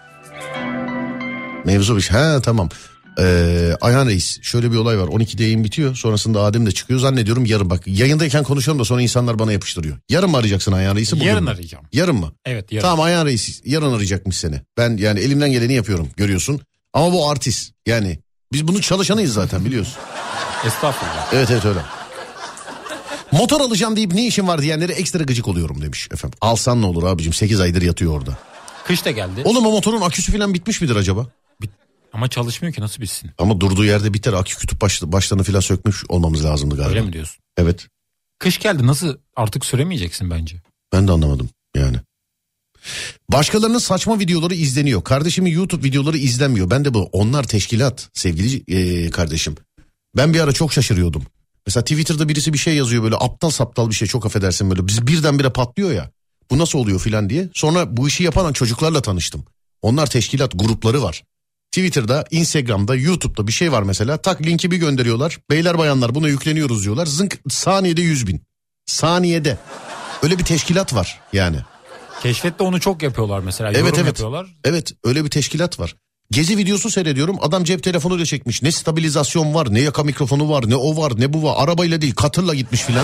Mevzu bir şey. Ha tamam. Ayhan Reis şöyle bir olay var. 12'de yayın bitiyor. Sonrasında Adem de çıkıyor. Zannediyorum yarın bak. Yayındayken konuşalım da sonra insanlar bana yapıştırıyor. Yarın mı arayacaksın Ayhan Reis'i? Yarın arayacağım. Yarın mı? Evet yarın. Tamam Ayhan Reis yarın arayacakmış seni. Ben yani elimden geleni yapıyorum görüyorsun. Ama bu artist. Yani biz bunun çalışanıyız zaten biliyorsun. Estağfurullah. Evet öyle. Motor alacağım deyip ne işin var diyenlere ekstra gıcık oluyorum demiş efendim. Alsan ne olur abicim, 8 aydır yatıyor orada. Kış da geldi. Oğlum o motorun aküsü falan bitmiş midir acaba? Ama çalışmıyor ki, nasıl bitsin? Ama durduğu yerde biter, akü kütüp başlarını falan sökmüş olmamız lazımdı galiba. Öyle mi diyorsun? Evet. Kış geldi, nasıl artık süremeyeceksin bence. Ben de anlamadım yani. Başkalarının saçma videoları izleniyor. Kardeşimin YouTube videoları izlenmiyor. Ben de onlar teşkilat sevgili kardeşim. Ben bir ara çok şaşırıyordum. Mesela Twitter'da birisi bir şey yazıyor böyle aptal saptal bir şey, çok affedersin böyle. Biz birdenbire patlıyor ya. Bu nasıl oluyor filan diye. Sonra bu işi yapan çocuklarla tanıştım. Onlar teşkilat, grupları var. Twitter'da, Instagram'da, YouTube'da bir şey var mesela. Tak linki bir gönderiyorlar. Beyler bayanlar buna yükleniyoruz diyorlar. Zınk saniyede 100.000. Saniyede. Öyle bir teşkilat var yani. Keşfette onu çok yapıyorlar mesela. Yorum yapıyorlar. Evet öyle bir teşkilat var. Gezi videosu seyrediyorum. Adam cep telefonuyla çekmiş. Ne stabilizasyon var, ne yaka mikrofonu var, ne o var, ne bu var. Arabayla değil, katırla gitmiş filan.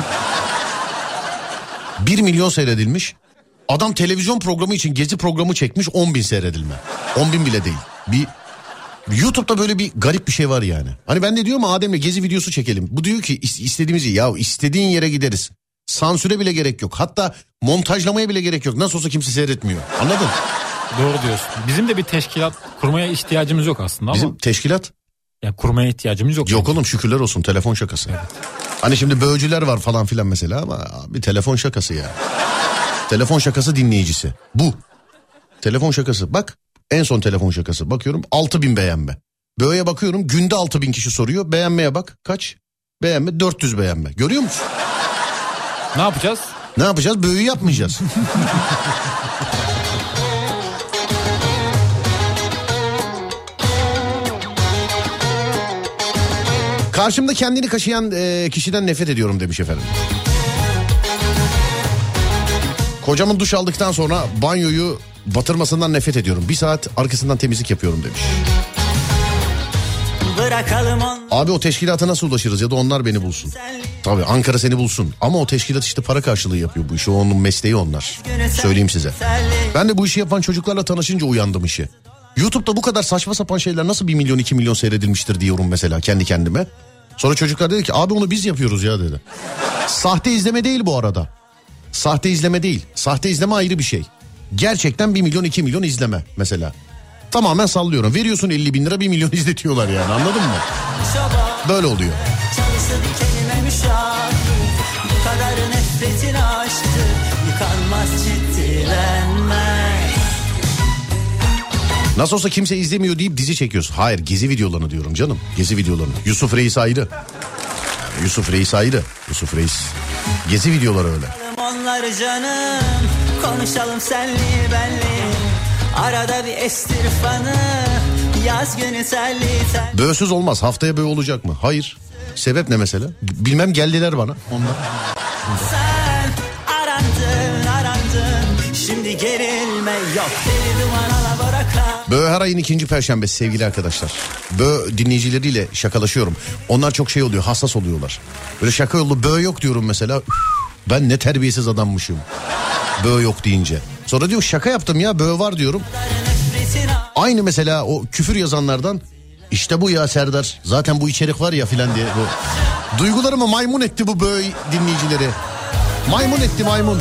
1 milyon seyredilmiş. Adam televizyon programı için gezi programı çekmiş, 10.000 seyredilme. 10.000 bile değil. Bir YouTube'da böyle bir garip bir şey var yani. Hani ben de diyorum Adem'le gezi videosu çekelim. Bu diyor ki istediğimizi, ya istediğin yere gideriz. Sansüre bile gerek yok. Hatta montajlamaya bile gerek yok. Nasıl olsa kimse seyretmiyor. Anladın? Doğru diyorsun. Bizim de bir teşkilat kurmaya ihtiyacımız yok aslında. Bizim ama teşkilat? Yani kurmaya ihtiyacımız yok. Yok oğlum, şükürler olsun, telefon şakası. Evet. Hani şimdi böğcüler var falan filan mesela ama bir telefon şakası ya. Telefon şakası dinleyicisi. Bu. Telefon şakası. Bak en son telefon şakası. Bakıyorum 6.000 beğenme. Böğe bakıyorum günde 6.000 kişi soruyor. Beğenmeye bak kaç? Beğenme 400 beğenme. Görüyor musun? Ne yapacağız? Ne yapacağız? Böğü yapmayacağız. Karşımda kendini kaşıyan kişiden nefret ediyorum demiş efendim. Kocamın duş aldıktan sonra banyoyu batırmasından nefret ediyorum. 1 saat arkasından temizlik yapıyorum demiş. Abi o teşkilata nasıl ulaşırız ya da onlar beni bulsun. Tabii Ankara seni bulsun. Ama o teşkilat işte para karşılığı yapıyor bu işi. Onun mesleği onlar. Söyleyeyim size. Ben de bu işi yapan çocuklarla tanışınca uyandım işi. YouTube'da bu kadar saçma sapan şeyler nasıl 1 milyon 2 milyon seyredilmiştir diyorum mesela kendi kendime. Sonra çocuklar dedi ki abi onu biz yapıyoruz ya dedi. Sahte izleme değil bu arada. Sahte izleme değil. Sahte izleme ayrı bir şey. Gerçekten 1 milyon 2 milyon izleme mesela. Tamamen sallıyorum. Veriyorsun 50 bin lira 1 milyon izletiyorlar yani, anladın mı? Böyle oluyor. Bu kadar nefretin aşktı, yıkanmaz ciddilenmez. Nasıl olsa kimse izlemiyor deyip dizi çekiyorsun. Hayır, gezi videolarını diyorum canım. Gezi videolarını. Yusuf Reis ayrı. Yusuf Reis ayrı. Yusuf Reis. Gezi videoları öyle. Onları canım, konuşalım senli benli. Arada bir estir fanı, yaz günü telli telli. Böğsüz olmaz. Haftaya böğ olacak mı? Hayır. Sebep ne mesela? Bilmem, geldiler bana. Ondan. Sen arandın. Şimdi gerilme yok. Deli duman ala bırakan. Böğ her ayın 2. perşembesi sevgili arkadaşlar. Böğ dinleyicileriyle şakalaşıyorum. Onlar çok şey oluyor, hassas oluyorlar. Böyle şaka yollu böğ yok diyorum mesela. Ben ne terbiyesiz adammışım. Böğ yok deyince. Sonra diyor şaka yaptım ya, böğ var diyorum. Aynı mesela o küfür yazanlardan işte bu ya Serdar zaten bu içerik var ya filan diye. Duygularımı maymun etti bu böyle dinleyicileri. Maymun etti maymun.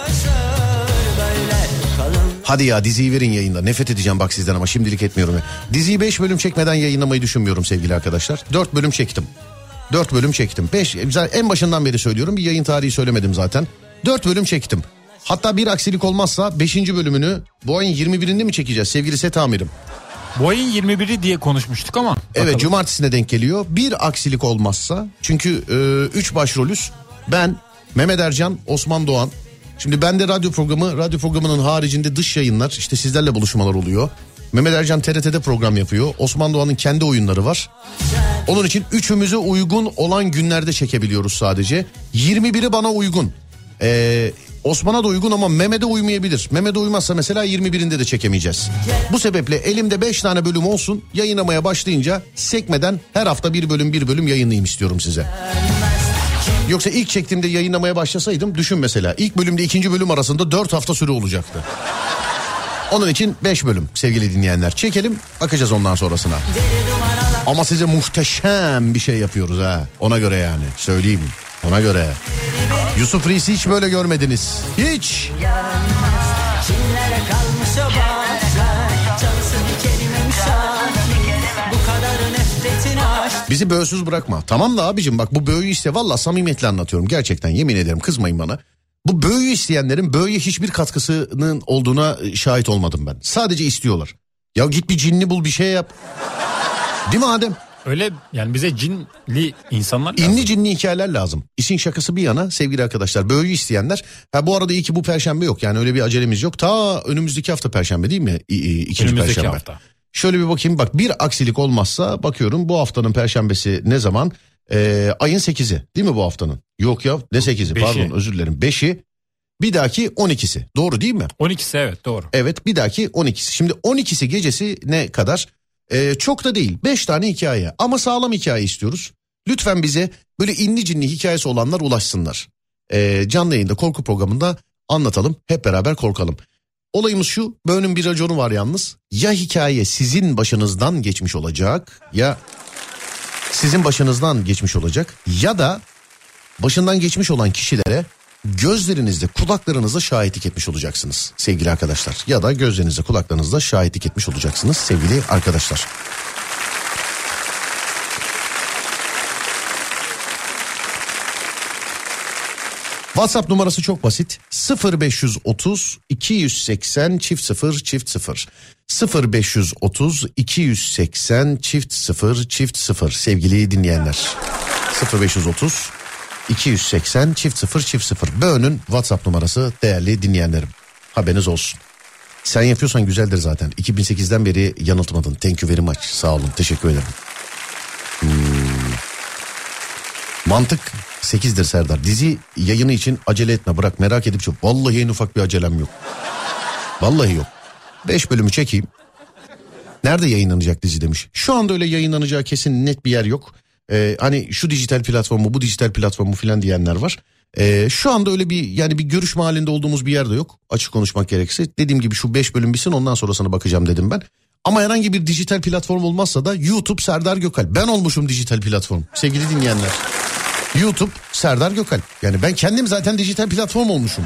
Hadi ya diziyi verin yayında. Nefret edeceğim bak sizden ama şimdilik etmiyorum. Diziyi 5 bölüm çekmeden yayınlamayı düşünmüyorum sevgili arkadaşlar. 4 bölüm çektim. 4 bölüm çektim. 5 en başından beri söylüyorum. Bir yayın tarihi söylemedim zaten. 4 bölüm çektim. Hatta bir aksilik olmazsa 5. bölümünü bu ayın 21'inde mi çekeceğiz sevgili set amirim? Bu ayın 21'i diye konuşmuştuk ama. Evet bakalım. Cumartesine denk geliyor. Bir aksilik olmazsa çünkü 3 başrolüz. Ben, Mehmet Ercan, Osman Doğan. Şimdi bende radyo programının haricinde dış yayınlar işte sizlerle buluşmalar oluyor. Mehmet Ercan TRT'de program yapıyor. Osman Doğan'ın kendi oyunları var. Onun için üçümüze uygun olan günlerde çekebiliyoruz sadece. 21'i bana uygun. Osman'a da uygun ama Mehmet'e uymayabilir. Mehmet'e uymazsa mesela 21'inde de çekemeyeceğiz. Bu sebeple elimde 5 tane bölüm olsun. Yayınlamaya başlayınca sekmeden her hafta bir bölüm yayınlayayım istiyorum size. Yoksa ilk çektiğimde yayınlamaya başlasaydım düşün mesela. İlk bölümle ikinci bölüm arasında 4 hafta süre olacaktı. Onun için 5 bölüm sevgili dinleyenler. Çekelim bakacağız ondan sonrasına. Ama size muhteşem bir şey yapıyoruz ha. Ona göre yani söyleyeyim. Ona göre. Yusuf Reis'i hiç böyle görmediniz. Hiç. Bizi böğsüz bırakma. Tamam da abicim bak bu böğü iste. Valla samimiyetle anlatıyorum. Gerçekten yemin ederim kızmayın bana. Bu böğü isteyenlerin böğüye hiçbir katkısının olduğuna şahit olmadım ben. Sadece istiyorlar. Ya git bir cinli bul bir şey yap. Değil mi Adem? Öyle yani bize cinli insanlar lazım. İnli cinli hikayeler lazım. İşin şakası bir yana sevgili arkadaşlar böğü isteyenler. Bu arada iyi ki bu perşembe yok yani öyle bir acelemiz yok. Ta önümüzdeki hafta perşembe değil mi? İkinci perşembe. Hafta. Şöyle bir bakayım bak bir aksilik olmazsa bakıyorum bu haftanın perşembesi ne zaman? Ayın 8'i değil mi bu haftanın? Yok ya ne 8'i pardon özür dilerim 5'i. Bir dahaki 12'si doğru değil mi? 12'si evet doğru. Evet bir dahaki 12'si. Şimdi 12'si gecesi ne kadar? Çok da değil 5 tane hikaye ama sağlam hikaye istiyoruz. Lütfen bize böyle inli cinli hikayesi olanlar ulaşsınlar. Canlı yayında korku programında anlatalım hep beraber korkalım. Olayımız şu bölümün bir raconu var yalnız. Ya hikaye sizin başınızdan geçmiş olacak ya sizin başınızdan geçmiş olacak ya da başından geçmiş olan kişilere gözlerinizde kulaklarınızda şahitlik etmiş olacaksınız sevgili arkadaşlar. Ya da gözlerinizde kulaklarınızda şahitlik etmiş olacaksınız sevgili arkadaşlar. WhatsApp numarası çok basit. 0530 280 00 00 0530 280 00 sevgili dinleyenler. 0530 280 00 Böğünün WhatsApp numarası değerli dinleyenlerim. Haberiniz olsun. Sen yapıyorsan güzeldir zaten. 2008'den beri yanıltmadın. Thank you very much. Sağ olun. Teşekkür ederim. Mantık 8'dir Serdar. Dizi yayını için acele etme. Bırak merak edip çok. Vallahi en ufak bir acelem yok. Vallahi yok. 5 bölümü çekeyim. Nerede yayınlanacak dizi demiş. Şu anda öyle yayınlanacağı kesin net bir yer yok. Hani şu dijital platformu bu dijital platformu filan diyenler var. Şu anda öyle bir yani bir görüşme halinde olduğumuz bir yerde yok. Açık konuşmak gerekirse. Dediğim gibi şu 5 bölüm bitsin ondan sonrasına bakacağım dedim ben. Ama herhangi bir dijital platform olmazsa da YouTube Serdar Gökalp. Ben olmuşum dijital platform sevgili dinleyenler. YouTube Serdar Gökalp. Yani ben kendim zaten dijital platform olmuşum.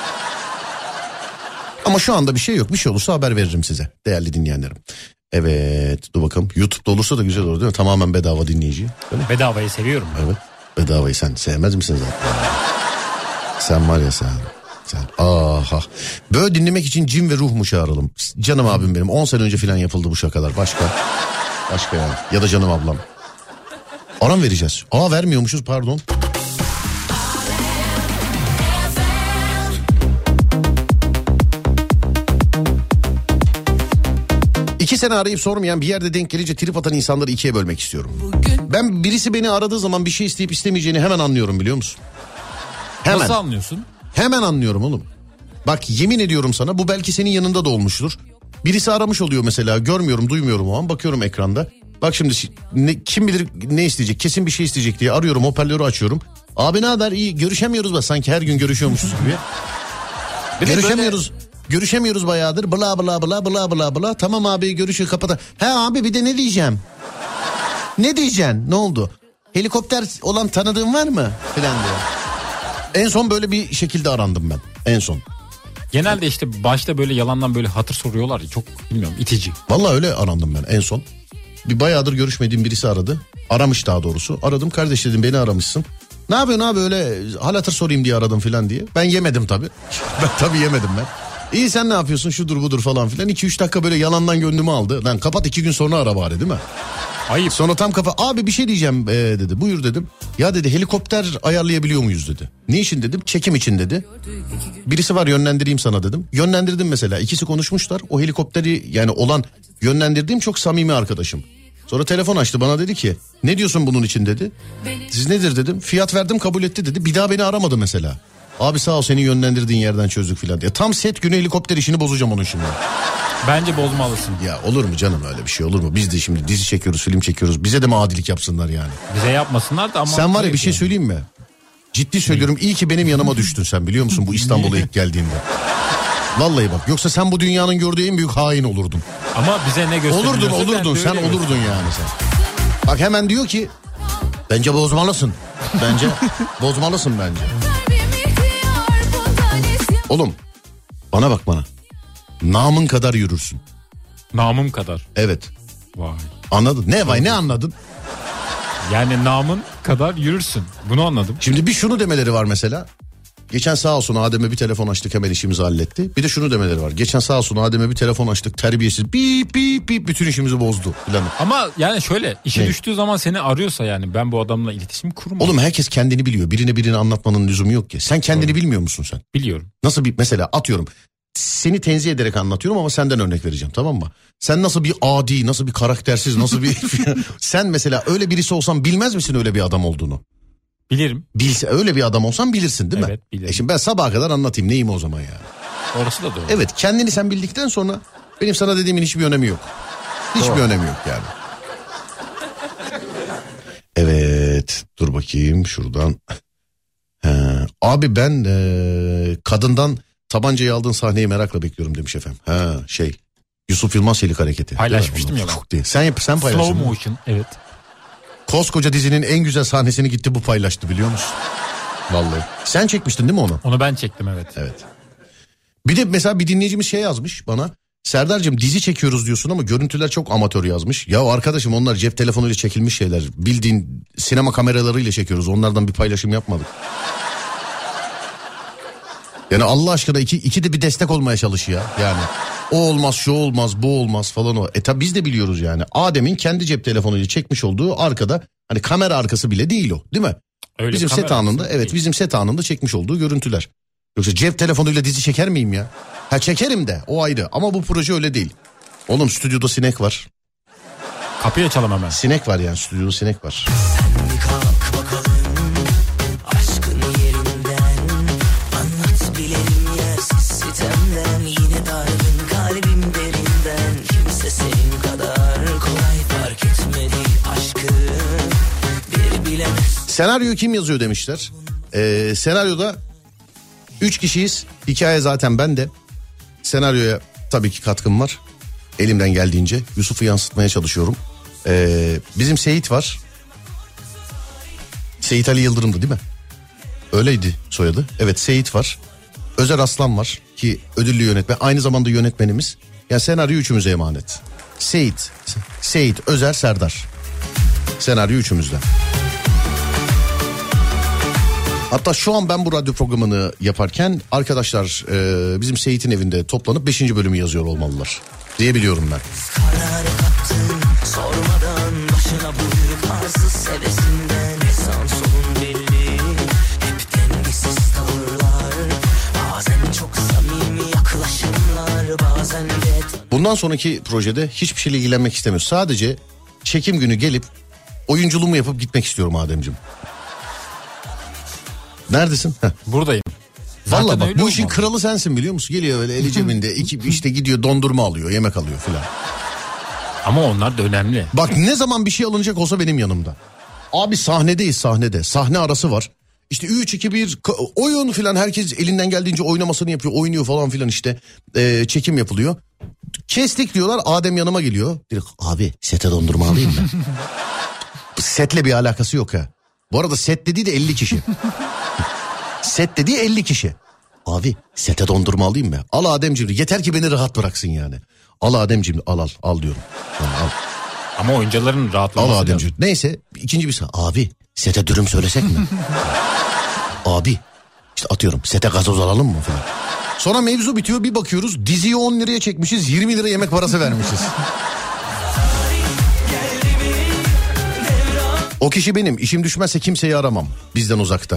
Ama şu anda bir şey yok. Bir şey olursa haber veririm size değerli dinleyenlerim. Evet dur bakalım. YouTube'da olursa da güzel olur değil mi? Tamamen bedava dinleyici. Bedavayı seviyorum. Evet. Bedavayı sen sevmez misin zaten? Sen var ya sen. Aha. Böyle dinlemek için cin ve ruh mu çağıralım? Canım abim benim 10 sene önce falan yapıldı bu şakalar. Başka yani. Ya da canım ablam. Aram vereceğiz. Vermiyormuşuz pardon. İki sene arayıp sormayan bir yerde denk gelince trip atan insanları ikiye bölmek istiyorum. Ben birisi beni aradığı zaman bir şey isteyip istemeyeceğini hemen anlıyorum biliyor musun? Hemen. Nasıl anlıyorsun? Hemen anlıyorum oğlum. Bak yemin ediyorum sana bu belki senin yanında da olmuştur. Birisi aramış oluyor mesela görmüyorum duymuyorum o an bakıyorum ekranda. Bak şimdi kim bilir ne isteyecek kesin bir şey isteyecek diye arıyorum hoparlörü açıyorum. Abi ne haber iyi görüşemiyoruz bak sanki her gün görüşüyormuşuz gibi. Görüşemiyoruz. Görüşemiyoruz bayağıdır. Bla bla bla bla bla bla. Tamam abi görüşürüz kapat. He abi bir de ne diyeceğim? Ne diyeceksin? Ne oldu? Helikopter olan tanıdığın var mı? Falan diyor. En son böyle bir şekilde arandım ben. En son. Genelde işte başta böyle yalandan böyle hatır soruyorlar ya, çok bilmiyorum, itici. Vallahi öyle arandım ben en son. Bir bayağıdır görüşmediğim birisi aradı. Aramış daha doğrusu. Aradım, kardeş dedim, beni aramışsın. Ne yapıyorsun abi, öyle hal hatır sorayım diye aradım falan diye. Ben yemedim tabii. Ben tabii yemedim ben. İyi sen ne yapıyorsun, şudur budur falan filan. 2-3 dakika böyle yalandan gönlümü aldı. Lan kapat, 2 gün sonra ara bari, değil mi? Ayıp. Sonra tam kafa, abi bir şey diyeceğim dedi. Buyur dedim. Ya dedi, helikopter ayarlayabiliyor muyuz dedi. Ne için dedim. Çekim için dedi. Birisi var, yönlendireyim sana dedim. Yönlendirdim mesela. İkisi konuşmuşlar. O helikopteri yani olan yönlendirdiğim çok samimi arkadaşım. Sonra telefon açtı, bana dedi ki ne diyorsun bunun için dedi. Siz nedir dedim. Fiyat verdim, kabul etti dedi. Bir daha beni aramadı mesela. Abi sağ ol, senin yönlendirdiğin yerden çözdük filan diye. Tam set günü helikopter işini bozacağım onun şimdi. Bence bozmalısın. Ya olur mu canım, öyle bir şey olur mu? Biz de şimdi dizi çekiyoruz, film çekiyoruz. Bize de mi adilik yapsınlar yani? Bize yapmasınlar da ama... Sen var ya, bir şey söyleyeyim mi? Ciddi söylüyorum, iyi ki benim yanıma düştün sen, biliyor musun, bu İstanbul'a ilk geldiğinde. Vallahi bak, yoksa sen bu dünyanın gördüğü en büyük hain olurdun. Ama bize ne gösteriyorsa... Olurdun sen olurdun yani sen. Bak hemen diyor ki bence bozmalısın. Bence bozmalısın bence. Oğlum bana bak bana. Namın kadar yürürsün. Namım kadar. Evet. Vay. Anladın? Ne vay, ne anladın? Yani namın kadar yürürsün. Bunu anladım. Şimdi bir şunu demeleri var mesela. Geçen sağ olsun Adem'e bir telefon açtık, hemen işimizi halletti. Bir de şunu demeleri var. Geçen sağ olsun Adem'e bir telefon açtık, terbiyesiz bip bip bip bütün işimizi bozdu falan. Ama yani şöyle, işi Ne? düştüğü zaman seni arıyorsa yani ben bu adamla iletişim kurmam. Oğlum herkes kendini biliyor. Birine anlatmanın lüzumu yok ki. Sen kendini bilmiyor musun sen? Biliyorum. Nasıl bir, mesela atıyorum. Seni tenzih ederek anlatıyorum ama senden örnek vereceğim, tamam mı? Sen nasıl bir adi, nasıl bir karaktersiz, nasıl bir... Sen mesela öyle birisi olsan bilmez misin öyle bir adam olduğunu? Bilirim. Bilse, öyle bir adam olsan bilirsin değil mi? Evet, bilirim. Şimdi ben sabaha kadar anlatayım neyim o zaman ya? Orası da doğru. Evet, kendini sen bildikten sonra benim sana dediğimin hiçbir önemi yok. Hiçbir önemi yok yani. Evet, dur bakayım şuradan. Abi ben kadından tabancayı aldığın sahneyi merakla bekliyorum demiş efendim. Yusuf Yılmaz Çelik hareketi. Paylaşmıştım ya ben. Çok değil. Sen paylaştın. Slow mı? motion, evet. Koskoca dizinin en güzel sahnesini gitti bu paylaştı, biliyor musun? Vallahi. Sen çekmiştin değil mi onu? Onu ben çektim, evet. Evet. Bir de mesela bir dinleyicimiz şey yazmış bana. Serdar'cığım dizi çekiyoruz diyorsun ama görüntüler çok amatör yazmış. Ya arkadaşım, onlar cep telefonuyla çekilmiş şeyler. Bildiğin sinema kameralarıyla çekiyoruz. Onlardan bir paylaşım yapmadık. Yani Allah aşkına iki de bir destek olmaya çalış ya. Yani o olmaz, şu olmaz, bu olmaz falan o. Tabi biz de biliyoruz yani. Adem'in kendi cep telefonuyla çekmiş olduğu arkada, hani kamera arkası bile değil o, değil mi? Öyle, bizim set anında, evet değil. bizim set anında çekmiş olduğu görüntüler. Yoksa cep telefonuyla dizi çeker miyim ya? Ha çekerim de, o ayrı, ama bu proje öyle değil. Oğlum stüdyoda sinek var. Kapıyı açalım hemen. Sinek var yani, stüdyoda sinek var. Sen kalk bakalım aşkın yerinden, anlat bilelim yersiz sitemden, yine dargın kalbim derinden, kimse senin kadar kolay fark etmedi aşkı, bir bilemez. Senaryoyu kim yazıyor demişler. Senaryoda 3 kişiyiz. Hikaye zaten bende. Senaryoya tabii ki katkım var. Elimden geldiğince Yusuf'u yansıtmaya çalışıyorum. Bizim Seyit var. Seyit Ali Yıldırım'dı değil mi? Öyleydi soyadı. Evet, Seyit var. Özer Aslan var ki ödüllü yönetmen. Aynı zamanda yönetmenimiz. Yani senaryo üçümüze emanet. Seyit, Özer, Serdar. Senaryo üçümüzde. Hatta şu an ben bu radyo programını yaparken arkadaşlar bizim Seyit'in evinde toplanıp 5. bölümü yazıyor olmalılar diyebiliyorum ben. Kararı kaptın sormadan, başına buyruk arsız sevesinden, sağın solun belli, hep dengesiz tavırlar, bazen çok samimi yaklaşımlar, bazen de... Bundan sonraki projede hiçbir şeyle ilgilenmek istemiyorum. Sadece çekim günü gelip oyunculuğumu yapıp gitmek istiyorum Ademciğim. Neredesin? Heh. Buradayım. Vallahi bak, bu işin olmalı. kralı sensin, biliyor musun? Geliyor öyle eli cebinde, işte gidiyor dondurma alıyor, yemek alıyor filan. Ama onlar da önemli. Bak ne zaman bir şey alınacak olsa benim yanımda. Abi sahnedeyiz, sahnede. Sahne arası var. İşte 3-2-1 oyun filan, herkes elinden geldiğince oynamasını yapıyor, oynuyor falan filan işte. Çekim yapılıyor. Kestik diyorlar, Adem yanıma geliyor. Diyor, abi sete dondurma alayım mı? Setle bir alakası yok ha. Bu arada set dediği de 50 kişi. Set dediği 50 kişi. Abi sete dondurma alayım mı? Al Ademciğim, yeter ki beni rahat bıraksın yani. Al Ademciğim, al diyorum. Al. Ama oyuncuların rahatlaması. Al Ademciğim. Neyse ikinci bir abi sete dürüm söylesek mi? Abi işte atıyorum sete gazoz alalım mı falan. Sonra mevzu bitiyor, bir bakıyoruz diziyi 10 liraya çekmişiz, 20 lira yemek parası vermişiz. O kişi benim, işim düşmezse kimseyi aramam. Bizden uzakta.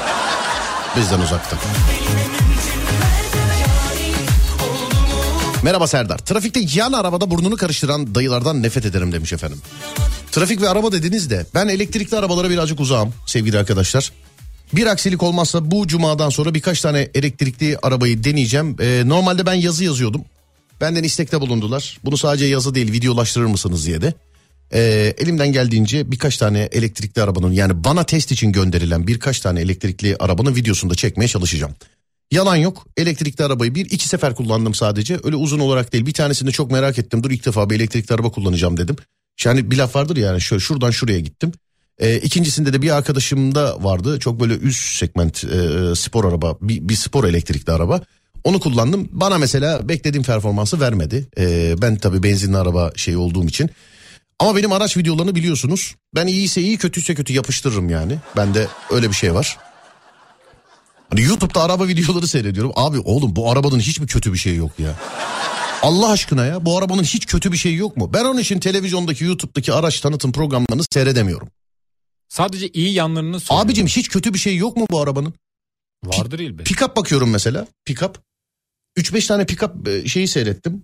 Merhaba Serdar. Trafikte yan arabada burnunu karıştıran dayılardan nefret ederim demiş efendim. Trafik ve araba dediniz de ben elektrikli arabalara birazcık uzağım sevgili arkadaşlar. Bir aksilik olmazsa bu cumadan sonra birkaç tane elektrikli arabayı deneyeceğim. Normalde ben yazı yazıyordum. Benden istekte bulundular. Bunu sadece yazı değil, videolaştırır mısınız diye de. Elimden geldiğince birkaç tane elektrikli arabanın, yani bana test için gönderilen birkaç tane elektrikli arabanın videosunu da çekmeye çalışacağım. Yalan yok, elektrikli arabayı 1-2 sefer kullandım sadece, öyle uzun olarak değil. Bir tanesini çok merak ettim, dur ilk defa bir elektrikli araba kullanacağım dedim. Yani bir laf vardır yani, şuradan şuraya gittim. İkincisinde de bir arkadaşımda vardı, çok böyle üst segment spor araba, bir spor elektrikli araba. Onu kullandım, bana mesela beklediğim performansı vermedi. Ben tabii benzinli araba olduğum için. Ama benim araç videolarını biliyorsunuz. Ben iyiyse iyi, kötüyse kötü yapıştırırım yani. Bende öyle bir şey var. Hani YouTube'da araba videoları seyrediyorum. Abi oğlum bu arabanın hiç mi kötü bir şey yok ya? Allah aşkına ya, bu arabanın hiç kötü bir şey yok mu? Ben onun için televizyondaki, YouTube'daki araç tanıtım programlarını seyredemiyorum. Sadece iyi yanlarını söylüyorum. Abicim hiç kötü bir şey yok mu bu arabanın? Vardır elbette. Pick-up bakıyorum mesela. Pick-up. 3-5 tane pick-up seyrettim.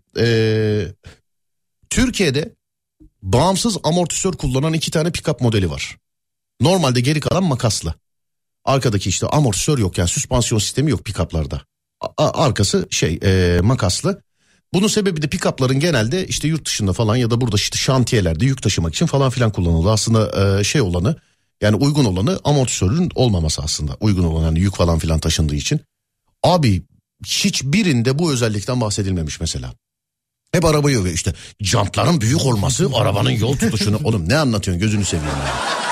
Türkiye'de bağımsız amortisör kullanan 2 tane pick-up modeli var. Normalde geri kalan makaslı. Arkadaki işte amortisör yok, yani süspansiyon sistemi yok pick-up'larda. Arkası makaslı. Bunun sebebi de pick-up'ların genelde işte yurt dışında falan ya da burada işte şantiyelerde yük taşımak için falan filan kullanıldı. Aslında olanı, yani uygun olanı amortisörün olmaması aslında. Uygun olan, yani yük falan filan taşındığı için. Abi hiçbirinde bu özellikten bahsedilmemiş mesela. Hep arabayı övüyor işte, jantların büyük olması arabanın yol tutuşunu. Oğlum ne anlatıyorsun, gözünü seveyim ya.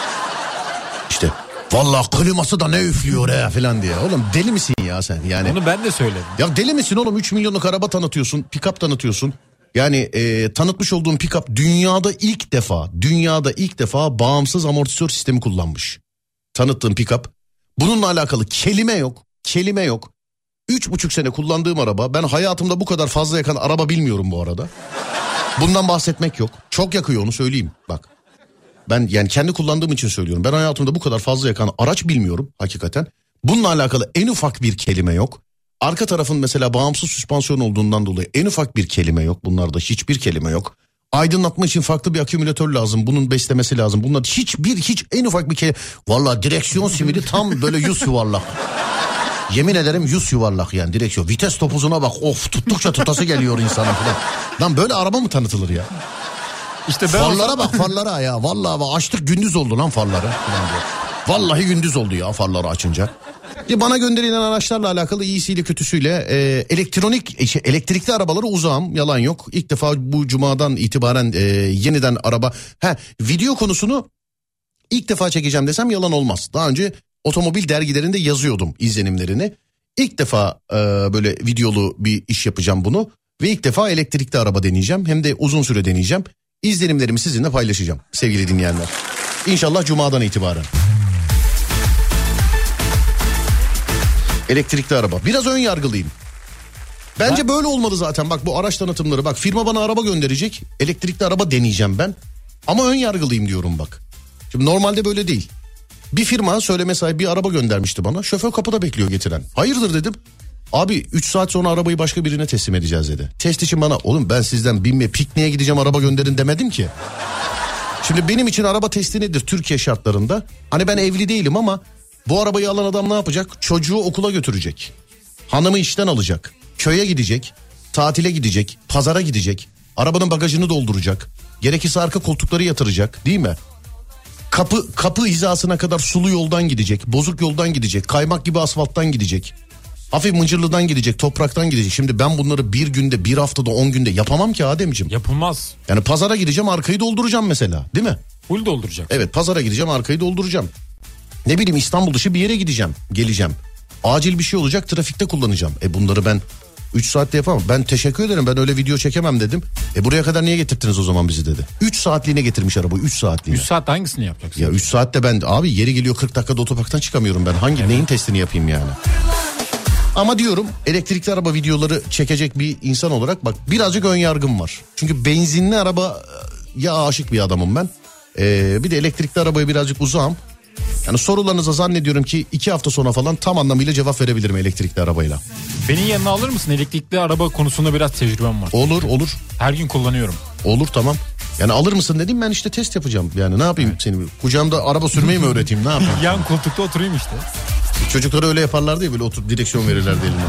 İşte vallahi kliması da ne üflüyor ya falan diye. Oğlum deli misin ya sen yani? Onu ben de söyledim. Ya deli misin oğlum, 3 milyonluk araba tanıtıyorsun, pick-up tanıtıyorsun. Yani tanıtmış olduğun pick-up dünyada ilk defa bağımsız amortisör sistemi kullanmış. Tanıttığım pick-up. Bununla alakalı kelime yok. 3,5 sene kullandığım araba. Ben hayatımda bu kadar fazla yakan araba bilmiyorum bu arada. Bundan bahsetmek yok. Çok yakıyor, onu söyleyeyim bak. Ben yani kendi kullandığım için söylüyorum. Ben hayatımda bu kadar fazla yakan araç bilmiyorum hakikaten. Bununla alakalı en ufak bir kelime yok. Arka tarafın mesela bağımsız süspansiyon olduğundan dolayı en ufak bir kelime yok. Bunlarda hiçbir kelime yok. Aydınlatma için farklı bir akümülatör lazım. Bunun beslemesi lazım. Bunlar hiç en ufak bir kelime. Vallahi direksiyon simidi tam böyle yüz yuvarlak. Yemin ederim yüz yuvarlak yani direksiyon. Vites topuzuna bak, of tuttukça tutası geliyor insana falan. Lan böyle araba mı tanıtılır ya? İşte farlara bak, farlara ya. Vallahi bak, açtık gündüz oldu lan farları. Vallahi gündüz oldu ya farları açınca. Bana gönderilen araçlarla alakalı iyisiyle kötüsüyle elektrikli arabalara uzağım, yalan yok. İlk defa bu cumadan itibaren yeniden araba. Video konusunu ilk defa çekeceğim desem yalan olmaz. Daha önce otomobil dergilerinde yazıyordum izlenimlerini. İlk defa böyle videolu bir iş yapacağım bunu. Ve ilk defa elektrikli araba deneyeceğim. Hem de uzun süre deneyeceğim. İzlenimlerimi sizinle paylaşacağım sevgili dinleyenler. İnşallah cumadan itibaren. Elektrikli araba. Biraz ön yargılıyım. Bence böyle olmalı zaten. Bak bu araç tanıtımları. Bak firma bana araba gönderecek. Elektrikli araba deneyeceğim ben. Ama ön yargılıyım diyorum bak. Şimdi normalde böyle değil. Bir firma söyleme sahibi bir araba göndermişti bana. Şoför kapıda bekliyor getiren. Hayırdır dedim. Abi 3 saat sonra arabayı başka birine teslim edeceğiz dedi. Test için bana, oğlum ben sizden pikniğe gideceğim araba gönderin demedim ki. Şimdi benim için araba testi nedir Türkiye şartlarında? Hani ben evli değilim ama bu arabayı alan adam ne yapacak? Çocuğu okula götürecek. Hanımı işten alacak. Köye gidecek. Tatile gidecek. Pazara gidecek. Arabanın bagajını dolduracak. Gerekirse arka koltukları yatıracak, değil mi? Kapı hizasına kadar sulu yoldan gidecek, bozuk yoldan gidecek, kaymak gibi asfalttan gidecek, hafif mıncırlıdan gidecek, topraktan gidecek. Şimdi ben bunları bir günde, bir haftada, 10 günde yapamam ki Ademciğim. Yapılmaz. Yani pazara gideceğim, arkayı dolduracağım mesela, değil mi? Full dolduracak. Evet, pazara gideceğim, arkayı dolduracağım. Ne bileyim, İstanbul dışı bir yere gideceğim, geleceğim. Acil bir şey olacak, trafikte kullanacağım. Bunları ben 3 saatte yapamam. Ben teşekkür ederim, ben öyle video çekemem dedim. Buraya kadar niye getirttiniz o zaman bizi dedi. 3 saatliğine getirmiş arabayı, 3 saatliğine. 3 saatte hangisini yapacaksın? Ya 3 saatte ben abi yeri geliyor 40 dakikada otoparktan çıkamıyorum ben. Neyin testini yapayım yani? Ama diyorum, elektrikli araba videoları çekecek bir insan olarak bak birazcık ön yargım var. Çünkü benzinli arabaya aşık bir adamım ben. Bir de elektrikli arabaya birazcık uzağım. Yani sorularınıza zannediyorum ki 2 hafta sonra falan tam anlamıyla cevap verebilirim elektrikli arabayla. Beni yanına alır mısın? Elektrikli araba konusunda biraz tecrübem var. Olur. Her gün kullanıyorum. Olur, tamam. Yani alır mısın dedim, ben işte test yapacağım. Yani ne yapayım, evet. Seni kucağımda araba sürmeyi mi öğreteyim, ne yapayım? Yan koltukta oturayım işte. Çocuklara öyle yaparlardı ya, böyle oturup direksiyon verirlerdi eline.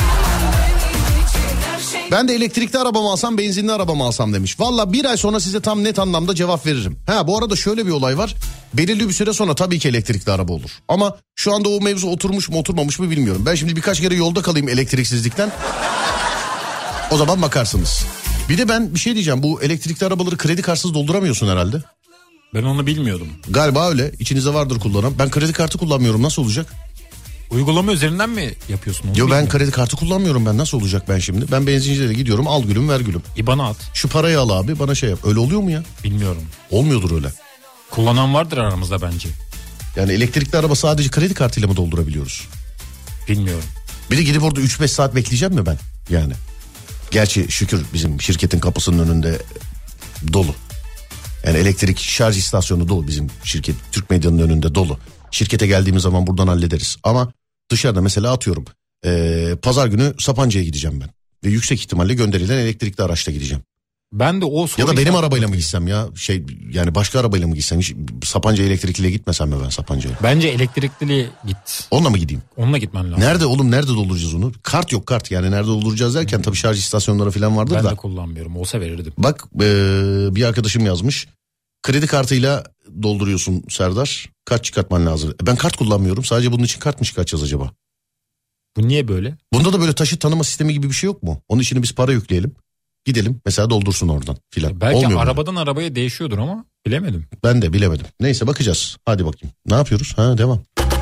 Ben de elektrikli araba mı alsam, benzinli araba mı alsam demiş. Valla bir ay sonra size tam net anlamda cevap veririm. Bu arada şöyle bir olay var. Belirli bir süre sonra tabii ki elektrikli araba olur. Ama şu anda o mevzu oturmuş mu oturmamış mı bilmiyorum. Ben şimdi birkaç kere yolda kalayım elektriksizlikten. O zaman bakarsınız. Bir de ben bir şey diyeceğim. Bu elektrikli arabaları kredi kartsız dolduramıyorsun herhalde. Ben onu bilmiyordum. Galiba öyle. İçinizde vardır kullanan. Ben kredi kartı kullanmıyorum. Nasıl olacak? Uygulama üzerinden mi yapıyorsun onu? Yok, ben kredi kartı kullanmıyorum ben. Nasıl olacak ben şimdi? Ben benzincilere gidiyorum, al gülüm ver gülüm. İBAN'a at. Şu parayı al abi, bana şey yap. Öyle oluyor mu ya? Bilmiyorum. Olmuyordur öyle. Kullanan vardır aramızda bence. Yani elektrikli araba sadece kredi kartıyla mı doldurabiliyoruz? Bilmiyorum. Bir de gidip orada 3-5 saat bekleyeceğim mi ben? Yani. Gerçi şükür bizim şirketin kapısının önünde dolu. Yani elektrik şarj istasyonu dolu bizim şirket. Türk Medya'nın önünde dolu. Şirkete geldiğimiz zaman buradan hallederiz. Ama dışarıda mesela atıyorum. Pazar günü Sapanca'ya gideceğim ben. Ve yüksek ihtimalle gönderilen elektrikli araçla gideceğim. Ben de o soru... Ya da benim arabayla mı gitsem ya? Yani başka arabayla mı gitsem? Hiç Sapanca elektrikliye gitmesem mi ben Sapanca'ya? Bence elektrikliye git. Onunla mı gideyim? Onunla gitmen lazım. Nerede oğlum, nerede dolduracağız onu? Kart yok, kart yani nerede dolduracağız derken tabii şarj istasyonları falan vardır ben da. Ben de kullanmıyorum, olsa verirdim. Bak bir arkadaşım yazmış. Kredi kartıyla dolduruyorsun Serdar. Kart çıkartman lazım. Ben kart kullanmıyorum. Sadece bunun için kart mı çıkartacağız acaba? Bu niye böyle? Bunda da böyle taşıt tanıma sistemi gibi bir şey yok mu? Onun için biz para yükleyelim. Gidelim mesela doldursun oradan filan. Belki olmuyor arabadan arabaya değişiyordur ama bilemedim. Ben de bilemedim. Neyse bakacağız. Hadi bakayım. Ne yapıyoruz? Devam.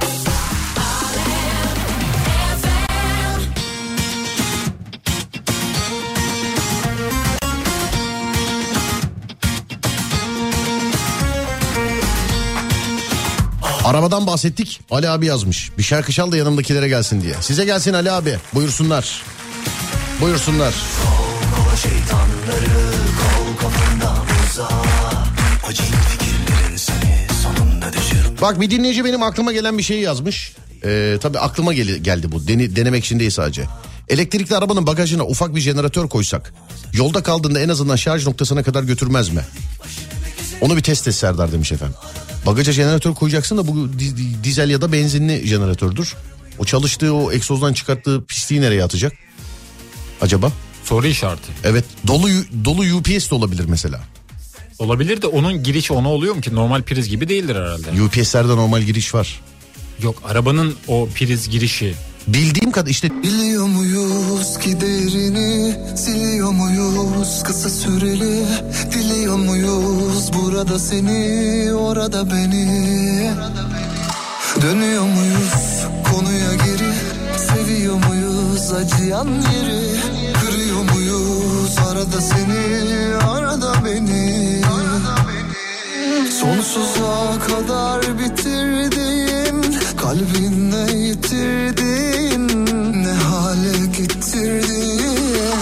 Arabadan bahsettik. Ali abi yazmış. Bir şarkı çal da yanımdakilere gelsin diye. Size gelsin Ali abi. Buyursunlar. Buyursunlar. Kova şeytanları kol kafandan uzağa. Acil fikirlerin seni sonunda düşürür. Bak bir dinleyici benim aklıma gelen bir şey yazmış. Tabii aklıma geldi bu. Denemek için değil sadece. Elektrikli arabanın bagajına ufak bir jeneratör koysak, yolda kaldığında en azından şarj noktasına kadar götürmez mi? Onu bir test et Serdar demiş efendim. Bagaja jeneratör koyacaksın da bu dizel ya da benzinli jeneratördür. O çalıştığı, o egzozdan çıkarttığı pisliği nereye atacak acaba? Soru işareti. Evet, dolu UPS de olabilir mesela. Olabilir de onun girişi ona oluyor mu ki? Normal priz gibi değildir herhalde. UPS'lerde normal giriş var. Yok, arabanın o priz girişi. Bildiğim kadar işte. Biliyor muyuz ki değerini, siliyor muyuz kısa süreli, diliyor muyuz burada seni, orada beni, dönüyor muyuz konuya geri, seviyor muyuz acıyan yeri, kırıyor muyuz arada seni, arada beni, sonsuza kadar bitirdiğin, kalbinle yitirdiğin, ne hale getirdin.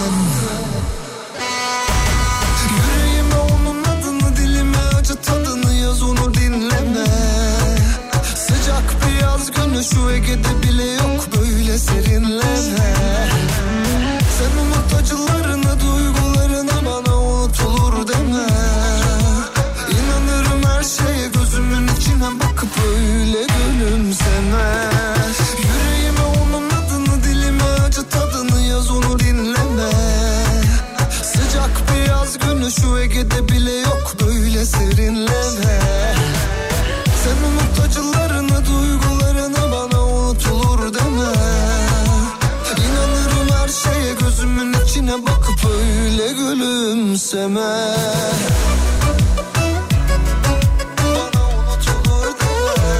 Yüreğime onun adını, dilime acı tadını yaz, onu dinleme. Sıcak bir yaz günü şu Ege'de bile yok böyle serinleme. Sen unut acılarını, duygularını, bana unutulur deme. İnanırım her şeye, gözümün içine bakıp öyle gülümseme. Yüreğime onun adını, dilime acı tadını yaz, onu dinleme. Sıcak bir yaz günü şu Ege'de bile yok böyle serinleme. gülümseme. Bana unutulur deme.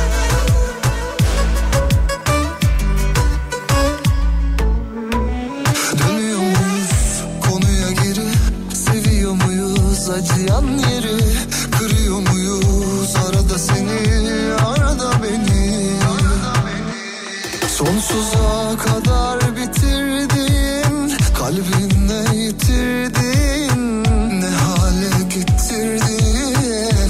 Dönüyor muyuz konuya geri? Seviyor muyuz acıyan yeri? Kırıyor muyuz arada seni, arada beni? Sonsuza kadar bitirdin, kalbinle yitirdin, ne hale getirdin.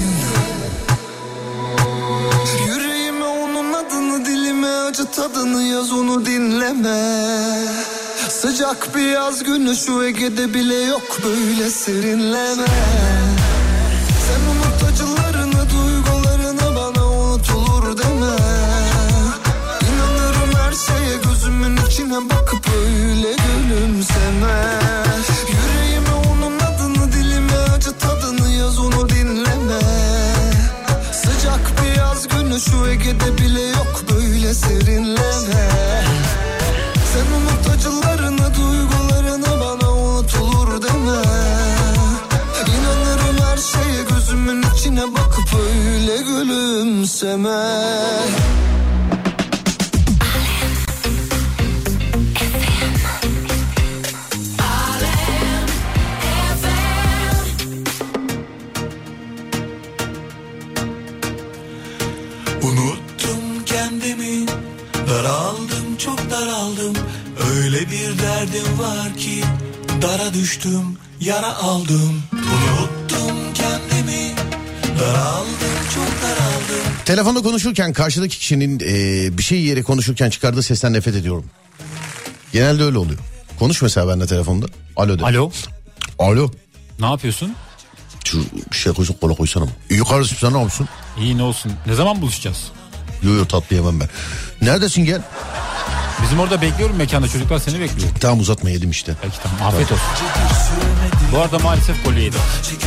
Yüreğime onun adını, dilime acı tadını yaz, onu dinleme. Sıcak bir yaz günü şu Ege'de bile yok böyle serinleme. Sen unut acılarını, duygularını, bana unutulur deme. İnanırım her şeye, gözümün içine bakıp öyle gülümseme. Yüreğime onun adını, dilime acı tadını yaz, onu dinleme. Sıcak bir yaz günü şu Ege'de bile yok böyle serinleme. Sen unut acılarını, duygularını, bana unutulur deme. İnanırım her şeye, gözümün içine bakıp öyle gülümseme. Unuttum kendimi, daraldım, çok daraldım. Öyle bir derdim var ki dara düştüm, yara aldım. Unuttum kendimi, daraldım, çok daraldım. Telefonda konuşurken karşıdaki kişinin bir şey yere konuşurken çıkardığı sesten nefret ediyorum. Genelde öyle oluyor. Konuş mesela benimle telefonda. Alo de. Alo. Alo. Ne yapıyorsun? Şu şey koysun, kola koysana mı? İyi kardeşim, sen ne yapıyorsun? İyi, ne olsun. Ne zaman buluşacağız? Yo tatlı yemem ben. Neredesin, gel. Bizim orada bekliyorum mekanda, çocuklar seni bekliyor. Tamam uzatma, yedim işte. Peki tamam, afiyet olsun. Bu arada maalesef golü yedim.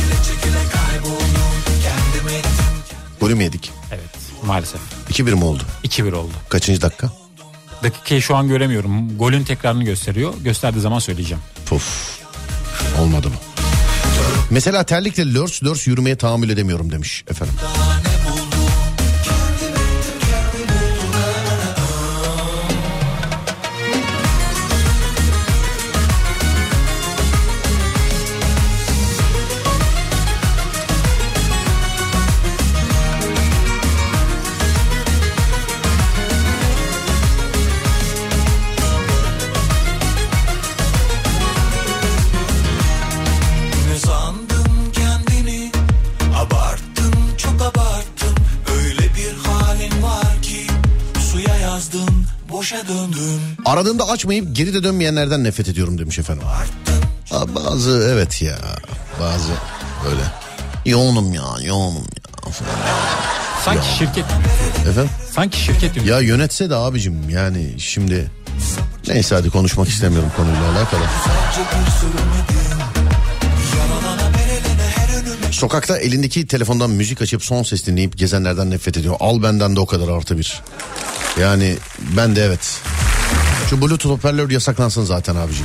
Golü mü yedik? Evet maalesef. 2-1 mi oldu? 2-1 oldu. Kaçıncı dakika? Dakikayı şu an göremiyorum. Golün tekrarını gösteriyor. Gösterdiği zaman söyleyeceğim. Puf. Olmadı bu. Mesela terlikle lörs lörs yürümeye tahammül edemiyorum demiş efendim. Aradığımda açmayıp geri de dönmeyenlerden nefret ediyorum demiş efendim. Bazı evet ya, bazı öyle. Yoğunum ya. Sanki ya. Şirket. Efendim? Sanki şirket yönetiyor. Ya yönetse de abicim, yani şimdi neyse, hadi konuşmak istemiyorum konuyla alakalı. Sokakta elindeki telefondan müzik açıp son ses dinleyip gezenlerden nefret ediyor. Al benden de o kadar +1. Yani ben de evet. Şu Bluetooth hoparlör yasaklansın zaten abicim.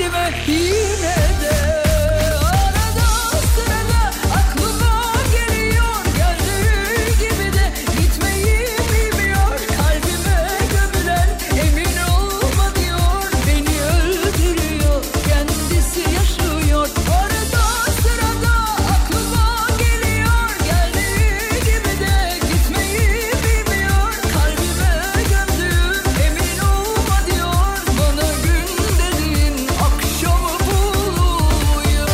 kelime yine de. Arada sırada aklıma geliyor, geldiği gibi de gitmeyi bilmiyor. Kalbime gömülen emin olma diyor, beni öldürüyor, kendisi yaşıyor. Arada sırada aklıma geliyor, geldiği gibi de gitmeyi bilmiyor. Kalbime gömdüğüm emin olma diyor, bana gün dediğin akşamı buluyor.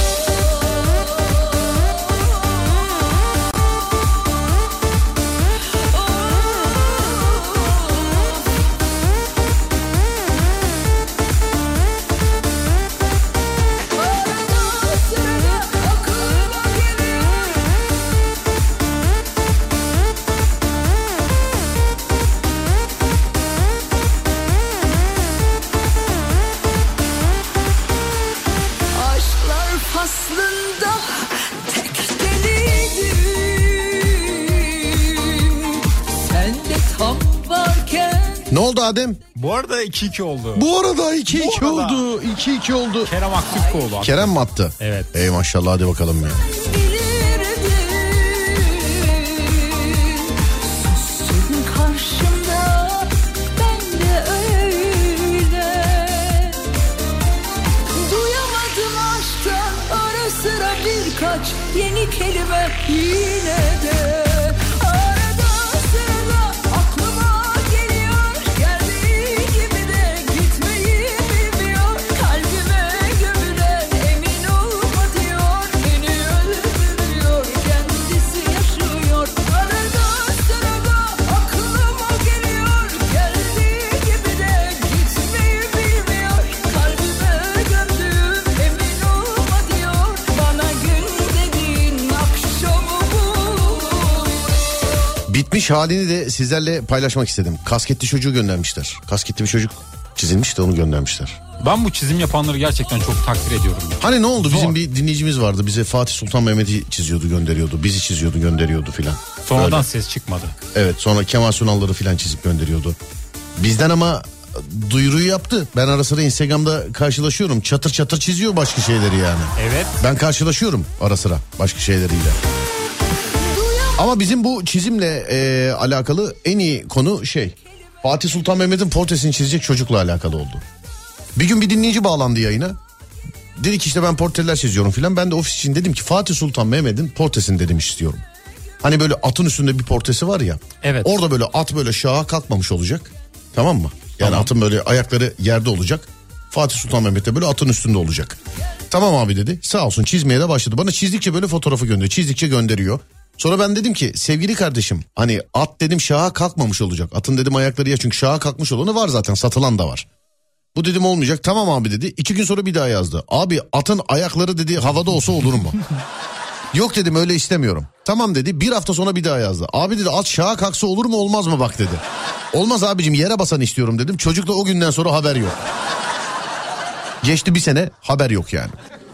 Arada sırada aklıma geliyor. Aşklar faslında tek deliydim, sen de tam varken. Ne oldu Adem? Bu arada 2-2 oldu. Bu arada 2-2 Bu arada. oldu. 2-2 oldu. Kerem Aktürkoğlu. Kerem mi attı? Evet. Ey maşallah, hadi bakalım ya. Sustun karşımda, ben de öyle. Duyamadım aşktan ara sıra birkaç yeni kelime yine de. Arada sırada aklıma geliyor, geldiği gibi de gitmeyi bilmiyor. Kalbime gömülen emin olma diyor, beni öldürüyor, kendisi yaşıyor. Arada sırada aklıma geliyor, geldiği gibi de gitmeyi bilmiyor. Kalbime gömdüğüm emin olma diyor, bana gün dediğin akşamı buluyor. Bitmiş halini de sizlerle paylaşmak istedim. Kasketli çocuğu göndermişler. Kasketli bir çocuk çizilmiş de onu göndermişler. Ben bu çizim yapanları gerçekten çok takdir ediyorum. Hani ne oldu? Zor. Bizim bir dinleyicimiz vardı. Bize Fatih Sultan Mehmet'i çiziyordu, gönderiyordu. Bizi çiziyordu, gönderiyordu filan. Sonradan Öyle. ses çıkmadı. Evet, sonra Kemal Sunal'ları filan çizip gönderiyordu. Bizden ama duyuruyu yaptı. Ben ara sıra Instagram'da karşılaşıyorum. Çatır çatır çiziyor başka şeyleri yani. Evet. Ben karşılaşıyorum ara sıra başka şeyleriyle. Ama bizim bu çizimle alakalı en iyi konu Fatih Sultan Mehmet'in portresini çizecek çocukla alakalı oldu. Bir gün bir dinleyici bağlandı yayına. Dedi ki işte ben portreler çiziyorum filan. Ben de ofis için dedim ki Fatih Sultan Mehmet'in portresini dedim istiyorum. Hani böyle atın üstünde bir portresi var ya. Evet. Orada böyle at böyle şaha kalkmamış olacak. Tamam mı? Yani Tamam. atın böyle ayakları yerde olacak. Fatih Sultan Mehmet de böyle atın üstünde olacak. Tamam abi dedi. Sağ olsun, çizmeye de başladı. Bana çizdikçe böyle fotoğrafı gönderiyor. Çizdikçe gönderiyor. Sonra ben dedim ki sevgili kardeşim, hani at dedim şaha kalkmamış olacak. Atın dedim ayakları ya, çünkü şaha kalkmış olanı var zaten, satılan da var. Bu dedim olmayacak. Tamam abi dedi. 2 gün sonra bir daha yazdı. Abi atın ayakları dedi havada olsa olur mu? Yok dedim, öyle istemiyorum. Tamam dedi. 1 hafta sonra bir daha yazdı. Abi dedi at şaha kalksa olur mu olmaz mı bak dedi. Olmaz abicim, yere basan istiyorum dedim. Çocukla o günden sonra haber yok. Geçti 1 sene, haber yok yani.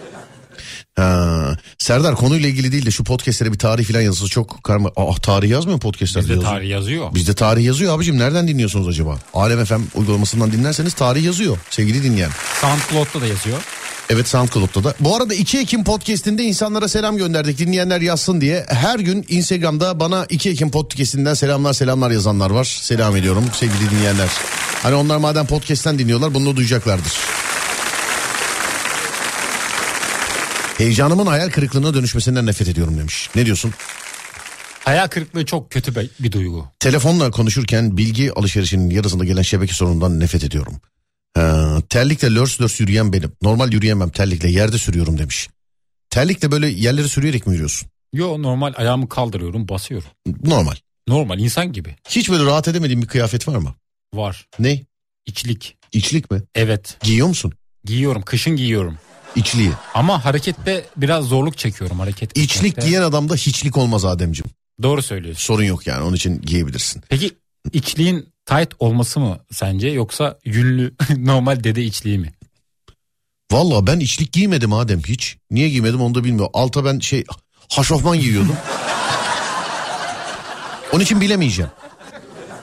Serdar, konuyla ilgili değil de şu podcastlere bir tarih falan yazısı çok karma. Tarih yazmıyor podcastler. Bizde tarih yazıyor. Bizde tarih yazıyor abicim. Nereden dinliyorsunuz acaba? Alem FM uygulamasından dinlerseniz tarih yazıyor sevgili dinleyen. SoundCloud'da da yazıyor. Evet, SoundCloud'da da. Bu arada 2 Ekim podcast'inde insanlara selam gönderdik, dinleyenler yazsın diye. Her gün Instagram'da bana 2 Ekim podcast'inden selamlar yazanlar var. Selam ediyorum sevgili dinleyenler. Hani onlar madem podcast'ten dinliyorlar, bunu da duyacaklardır. Heyecanımın hayal kırıklığına dönüşmesinden nefret ediyorum demiş. Ne diyorsun? Hayal kırıklığı çok kötü bir duygu. Telefonla konuşurken bilgi alışverişinin yarısında gelen şebeke sorunundan nefret ediyorum. Terlikle lörs lörs yürüyen benim. Normal yürüyemem, terlikle yerde sürüyorum demiş. Terlikle böyle yerleri sürüyerek mi yürüyorsun? Yo, normal ayağımı kaldırıyorum, basıyorum. Normal. Normal insan gibi. Hiç böyle rahat edemediğin bir kıyafet var mı? Var. Ne? İçlik. İçlik mi? Evet. Giyiyor musun? Giyiyorum. Kışın giyiyorum. İçliği. Ama harekette biraz zorluk çekiyorum. İçlik etmekte. giyen adamda hiçlik olmaz Ademciğim. Doğru söylüyorsun. Sorun yok yani, onun için giyebilirsin. Peki içliğin tight olması mı sence, yoksa yünlü normal dede içliği mi? Vallahi ben içlik giymedim Adem hiç. Niye giymedim onu da bilmiyorum. Alta ben haşofman giyiyordum. Onun için bilemeyeceğim.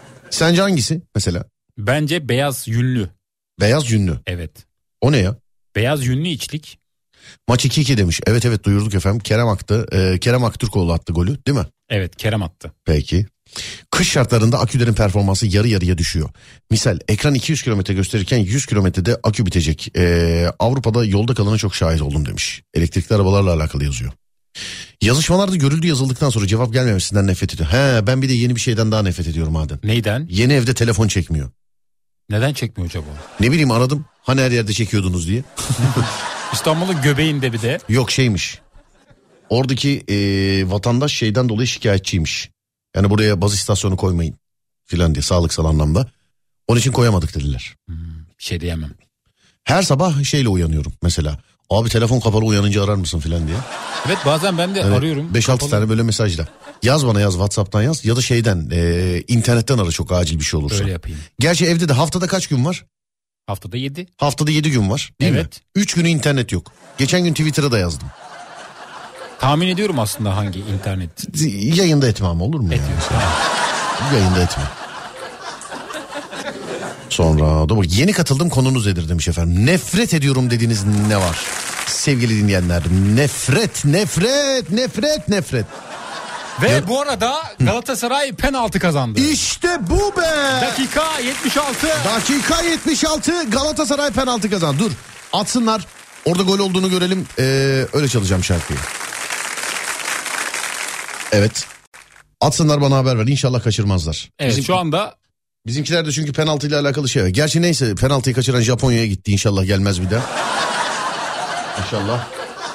Sence hangisi mesela? Bence beyaz yünlü. Beyaz yünlü. Evet. O ne ya? Beyaz yünlü içlik. Maç 2-2 demiş. Evet duyurduk efendim. Kerem attı. Kerem Aktürkoğlu attı golü değil mi? Evet, Kerem attı. Peki. Kış şartlarında akülerin performansı yarı yarıya düşüyor. Misal ekran 200 kilometre gösterirken 100 kilometrede akü bitecek. Avrupa'da yolda kalana çok şahit oldum demiş. Elektrikli arabalarla alakalı yazıyor. Yazışmalarda görüldü yazıldıktan sonra cevap gelmemesinden nefret ediyor. Ben bir de yeni bir şeyden daha nefret ediyorum Adem. Neyden? Yeni evde telefon çekmiyor. Neden çekmiyor acaba? Ne bileyim, aradım. Hani her yerde çekiyordunuz diye. İstanbul'un göbeğinde bir de. Yok şeymiş. Oradaki vatandaş şeyden dolayı şikayetçiymiş. Yani buraya baz istasyonu koymayın filan diye, sağlıksal anlamda. Onun için koyamadık dediler. Bir şey diyemem. Her sabah şeyle uyanıyorum mesela. Abi telefon kapalı, uyanınca arar mısın filan diye. Evet, bazen ben de arıyorum. 5-6 tane böyle mesajla. Yaz bana, yaz WhatsApp'tan yaz ya da şeyden internetten ara, çok acil bir şey olursa. Öyle yapayım. Gerçi evde de haftada kaç gün var? Haftada 7. Haftada 7 gün var değil mi? 3 günü internet yok. Geçen gün Twitter'a da yazdım. Tahmin ediyorum aslında hangi internet. Yayında etmem olur mu? Ediyorsun. Yayında etme. Sonra da bak, yeni katıldım, konunuz nedir demiş efendim. Nefret ediyorum dediğiniz ne var? Sevgili dinleyenler, nefret. Ve bu arada Galatasaray penaltı kazandı. İşte bu be. Dakika 76. Dakika 76 Galatasaray penaltı kazandı. Dur atsınlar, orada gol olduğunu görelim, öyle çalacağım şarkıyı. Evet. Atsınlar, bana haber ver. İnşallah kaçırmazlar. Evet, şu anda. Bizimkiler de çünkü penaltıyla alakalı şey var. Gerçi neyse, penaltıyı kaçıran Japonya'ya gitti. İnşallah gelmez bir daha. İnşallah.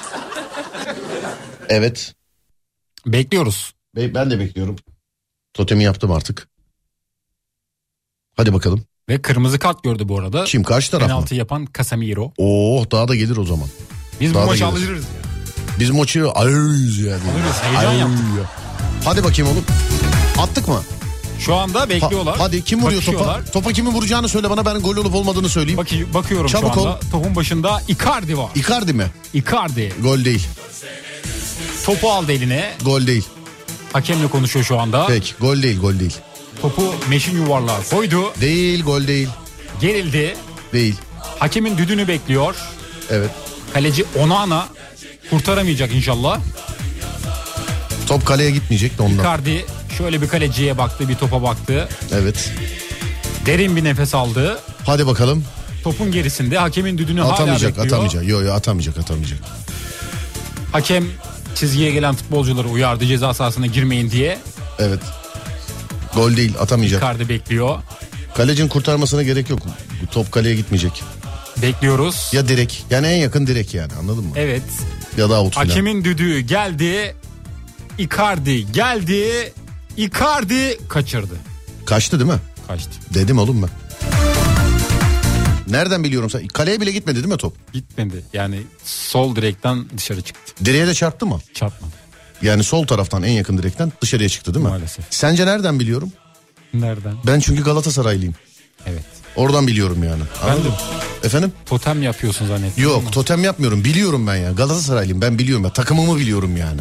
Evet. Bekliyoruz. Ben de bekliyorum. Totemi yaptım artık. Hadi bakalım. Ve kırmızı kart gördü bu arada. Kim, karşı taraf mı? Penaltı yapan Casemiro. Daha da gelir o zaman. Biz daha bu maçı gelir. alırız ya. Biz maçı alırız yani. Alırız, heyecan yaptık. Hadi bakayım oğlum. Attık mı? Şu anda bekliyorlar. Hadi kim vuruyor topa? Topa kimin vuracağını söyle bana, ben gol olup olmadığını söyleyeyim. Bakıyorum çabuk şu anda. ol. Topun başında Icardi var. Icardi mi? Icardi. Gol değil. Topu aldı eline. Gol değil. Hakemle konuşuyor şu anda. Peki, gol değil. Topu meşin yuvarlığa koydu. Değil, gol değil. Gerildi. Değil. Hakemin düdüğünü bekliyor. Evet. Kaleci Onana kurtaramayacak inşallah. Top kaleye gitmeyecek de ondan. Icardi şöyle bir kaleciye baktı, bir topa baktı. Evet. Derin bir nefes aldı. Hadi bakalım. Topun gerisinde hakemin düdüğünü Atamayacak. atamayacak. Atamayacak. Hakem çizgiye gelen futbolcuları uyardı, ceza sahasına girmeyin diye. Evet. Gol değil, atamayacak. Icardi bekliyor. Kalecinin kurtarmasına gerek yok. Top kaleye gitmeyecek. Bekliyoruz. Ya direk. Yani en yakın direk yani, anladın mı? Evet. Ya da out falan. Hakemin düdüğü geldi. Icardi geldi. Icardi kaçırdı. Kaçtı değil mi? Kaçtı. Dedim oğlum ben. Nereden biliyorum sen? Kaleye bile gitmedi değil mi top? Gitmedi. Yani sol direkten dışarı çıktı. Direğe de çarptı mı? Çarpmadı. Yani sol taraftan, en yakın direkten dışarıya çıktı değil mi? Maalesef. Sence nereden biliyorum? Nereden? Ben çünkü Galatasaraylıyım. Evet. Oradan biliyorum yani. Ben de Efendim? totem yapıyorsun zannettim. Yok, ama. totem yapmıyorum. Biliyorum ben ya. Galatasaraylıyım, ben biliyorum ya. Takımımı biliyorum yani.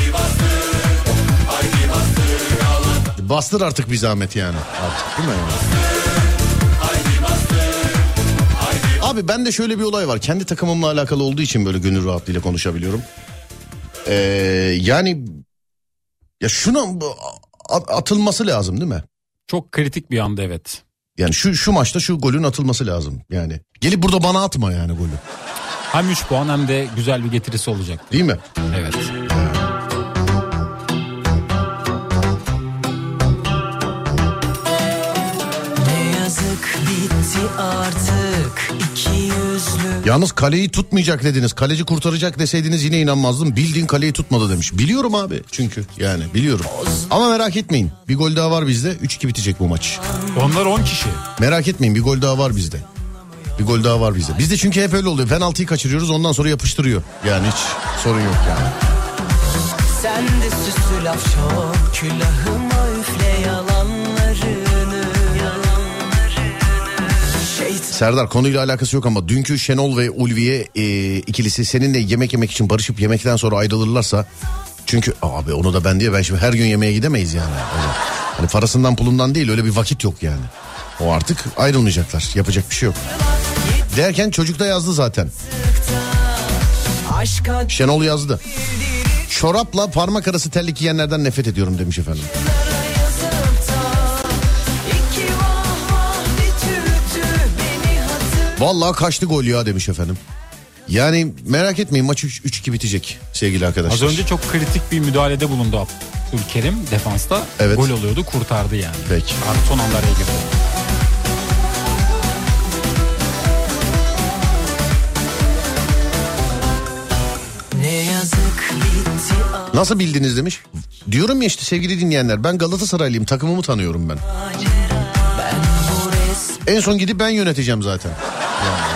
Bastır artık bir zahmet yani. Artık değil mi yani? Abi bende şöyle bir olay var. Kendi takımımla alakalı olduğu için böyle gönül rahatlığıyla konuşabiliyorum. Yani ya şuna atılması lazım değil mi? Çok kritik bir anda, evet. Yani şu maçta şu golün atılması lazım yani. Gelip burada bana atma yani golü. Hem 3 puan hem de güzel bir getirisi olacak. Değil mi? Evet. Ne yazık bitti artık iki yüzlü. Yalnız kaleyi tutmayacak dediniz. Kaleci kurtaracak deseydiniz yine inanmazdım. Bildiğin kaleyi tutmadı demiş. Biliyorum abi çünkü yani biliyorum. Ama merak etmeyin. Bir gol daha var bizde. 3-2 bitecek bu maç. Onlar 10 kişi. Merak etmeyin, bir gol daha var bizde. Bir gol daha var bizde. Bizde çünkü hep öyle oluyor. Penaltıyı kaçırıyoruz, ondan sonra yapıştırıyor. Yani hiç sorun yok yani. Sen de süslü laf çok, külahıma üfle yalanlarını. Serdar, konuyla alakası yok ama dünkü Şenol ve Ulviye ikilisi seninle yemek yemek için barışıp yemekten sonra ayrılırlarsa, çünkü abi onu da ben diye, ben şimdi her gün yemeğe gidemeyiz yani. Öyle. Hani parasından pulundan değil, öyle bir vakit yok yani. O artık ayrılmayacaklar, yapacak bir şey yok. Derken çocuk da yazdı zaten. Şenol yazdı. Çorapla parmak arası terlik giyenlerden nefret ediyorum demiş efendim. Vallahi kaçtı gol ya demiş efendim. Yani merak etmeyin, maç 3-2 bitecek sevgili arkadaşlar. Az önce çok kritik bir müdahalede bulundu Abdülkerim defansta. Evet. Gol oluyordu, kurtardı yani. Peki. Artık son anda araya girdi. Nasıl bildiniz demiş. Diyorum ya işte sevgili dinleyenler, ben Galatasaraylıyım, takımımı tanıyorum ben. En son gidip ben yöneteceğim zaten. Yani.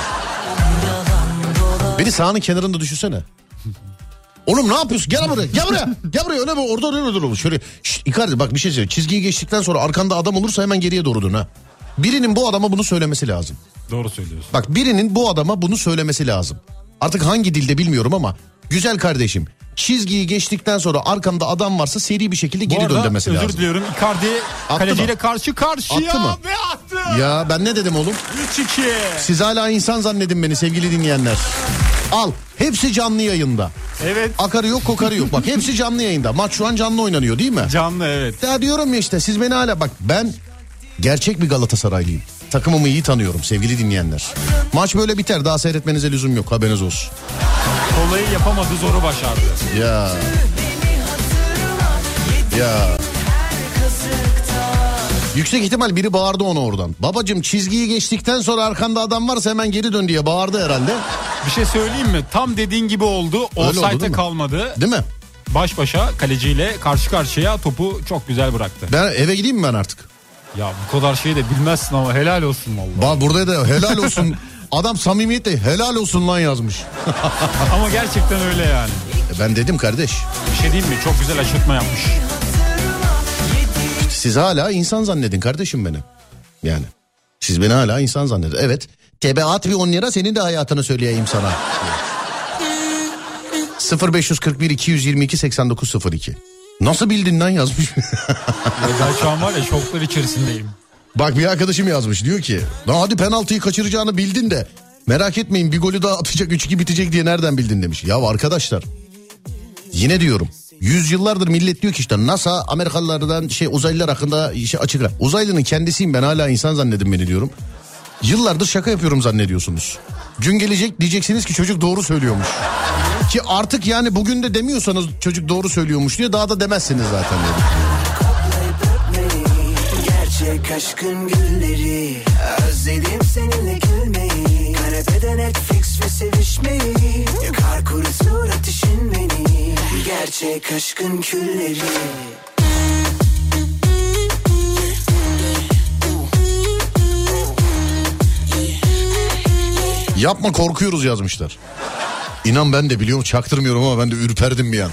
Beni sahanın kenarında düşünsene. Oğlum ne yapıyorsun? Gel buraya. Gel buraya. Gel buraya. Öyle mi? Orada öyle dur. Şöyle. Icardi bak bir şey söyleyeyim. Çizgiyi geçtikten sonra arkanda adam olursa hemen geriye doğru dön ha. Birinin bu adama bunu söylemesi lazım. Doğru söylüyorsun. Bak birinin bu adama bunu söylemesi lazım. Artık hangi dilde bilmiyorum ama güzel kardeşim, çizgiyi geçtikten sonra arkanda adam varsa seri bir şekilde geri dön demesi lazım. Özür diliyorum. Icardi kaleciyle karşı karşıya attı mı? ve attı. Ya ben ne dedim oğlum? 3-2. Siz hala insan zannedin beni sevgili dinleyenler. Al, hepsi canlı yayında. Evet. Akarı yok kokarı yok. Bak hepsi canlı yayında. Maç şu an canlı oynanıyor değil mi? Canlı, evet. Ya diyorum ya işte, siz beni hala, bak ben gerçek bir Galatasaraylıyım. Takımımı iyi tanıyorum sevgili dinleyenler. Maç böyle biter, daha seyretmenize lüzum yok, haberiniz olsun. Olayı yapamadı, zoru başardı. Ya. Yüksek ihtimal biri bağırdı ona oradan. Babacım çizgiyi geçtikten sonra arkanda adam varsa hemen geri dön diye bağırdı herhalde. Bir şey söyleyeyim mi? Tam dediğin gibi oldu. Offside'e kalmadı. Değil mi? Baş başa kaleciyle karşı karşıya, topu çok güzel bıraktı. Ben eve gideyim mi ben artık? Ya bu kadar şeyi de bilmezsin ama helal olsun vallahi. Burada da helal olsun. Adam samimiyetle helal olsun lan yazmış. Ama gerçekten öyle yani. Ben dedim kardeş. Bir şey diyeyim mi? Çok güzel aşırtma yapmış. Siz hala insan zannedin kardeşim beni. Yani siz beni hala insan zannedin. Evet. Tebeat bir 10 lira, senin de hayatını söyleyeyim sana. 0541 222 8902. Nasıl bildin lan yazmış. Ben şu an var ya şoklar içerisindeyim. Bak bir arkadaşım yazmış, diyor ki hadi penaltıyı kaçıracağını bildin de merak etmeyin bir golü daha atacak, 3-2 bitecek diye nereden bildin demiş. Ya arkadaşlar yine diyorum, yüzyıllardır millet diyor ki işte NASA Amerikalılardan uzaylılar hakkında açıklar. Uzaylının kendisiyim ben, hala insan zannedin beni diyorum. Yıllardır şaka yapıyorum zannediyorsunuz. Gün gelecek diyeceksiniz ki çocuk doğru söylüyormuş. Ki artık yani bugün de demiyorsanız çocuk doğru söylüyormuş diye daha da demezsiniz zaten dedim. Gerçek aşkın gülleri, özledim seninle gülmeyi. Kanepede Netflix ve sevişmeyi, yakar kurutur ateşin beni. Gerçek aşkın külleri. Yapma korkuyoruz yazmışlar. İnan ben de biliyorum, çaktırmıyorum ama ben de ürperdim bir an.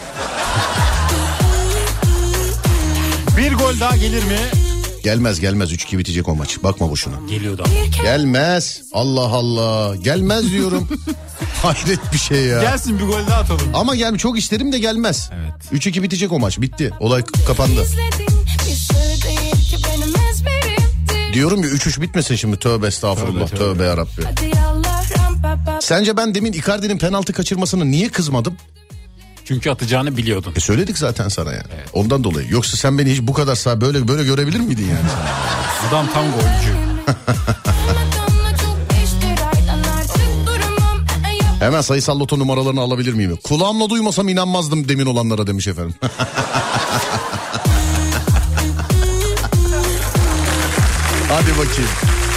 Bir gol daha gelir mi? Gelmez 3-2 bitecek o maç, bakma boşuna. Geliyordu. Gelmez, Allah Allah, gelmez diyorum. Hayret bir şey ya. Gelsin, bir gol daha atalım. Ama çok isterim de gelmez. Evet. 3-2 bitecek o maç, bitti, olay kapandı. Diyorum ya 3-3 bitmesin şimdi, tövbe estağfurullah, tövbe yarabbi. Sence ben demin Icardi'nin penaltı kaçırmasını niye kızmadım? Çünkü atacağını biliyordun. Söyledik zaten sana yani. Evet. Ondan dolayı. Yoksa sen beni hiç bu kadar böyle görebilir miydin yani? Adam tam golcü. Hemen sayısal loto numaralarını alabilir miyim? Kulağımla duymasam inanmazdım demin olanlara demiş efendim. Hadi bakayım.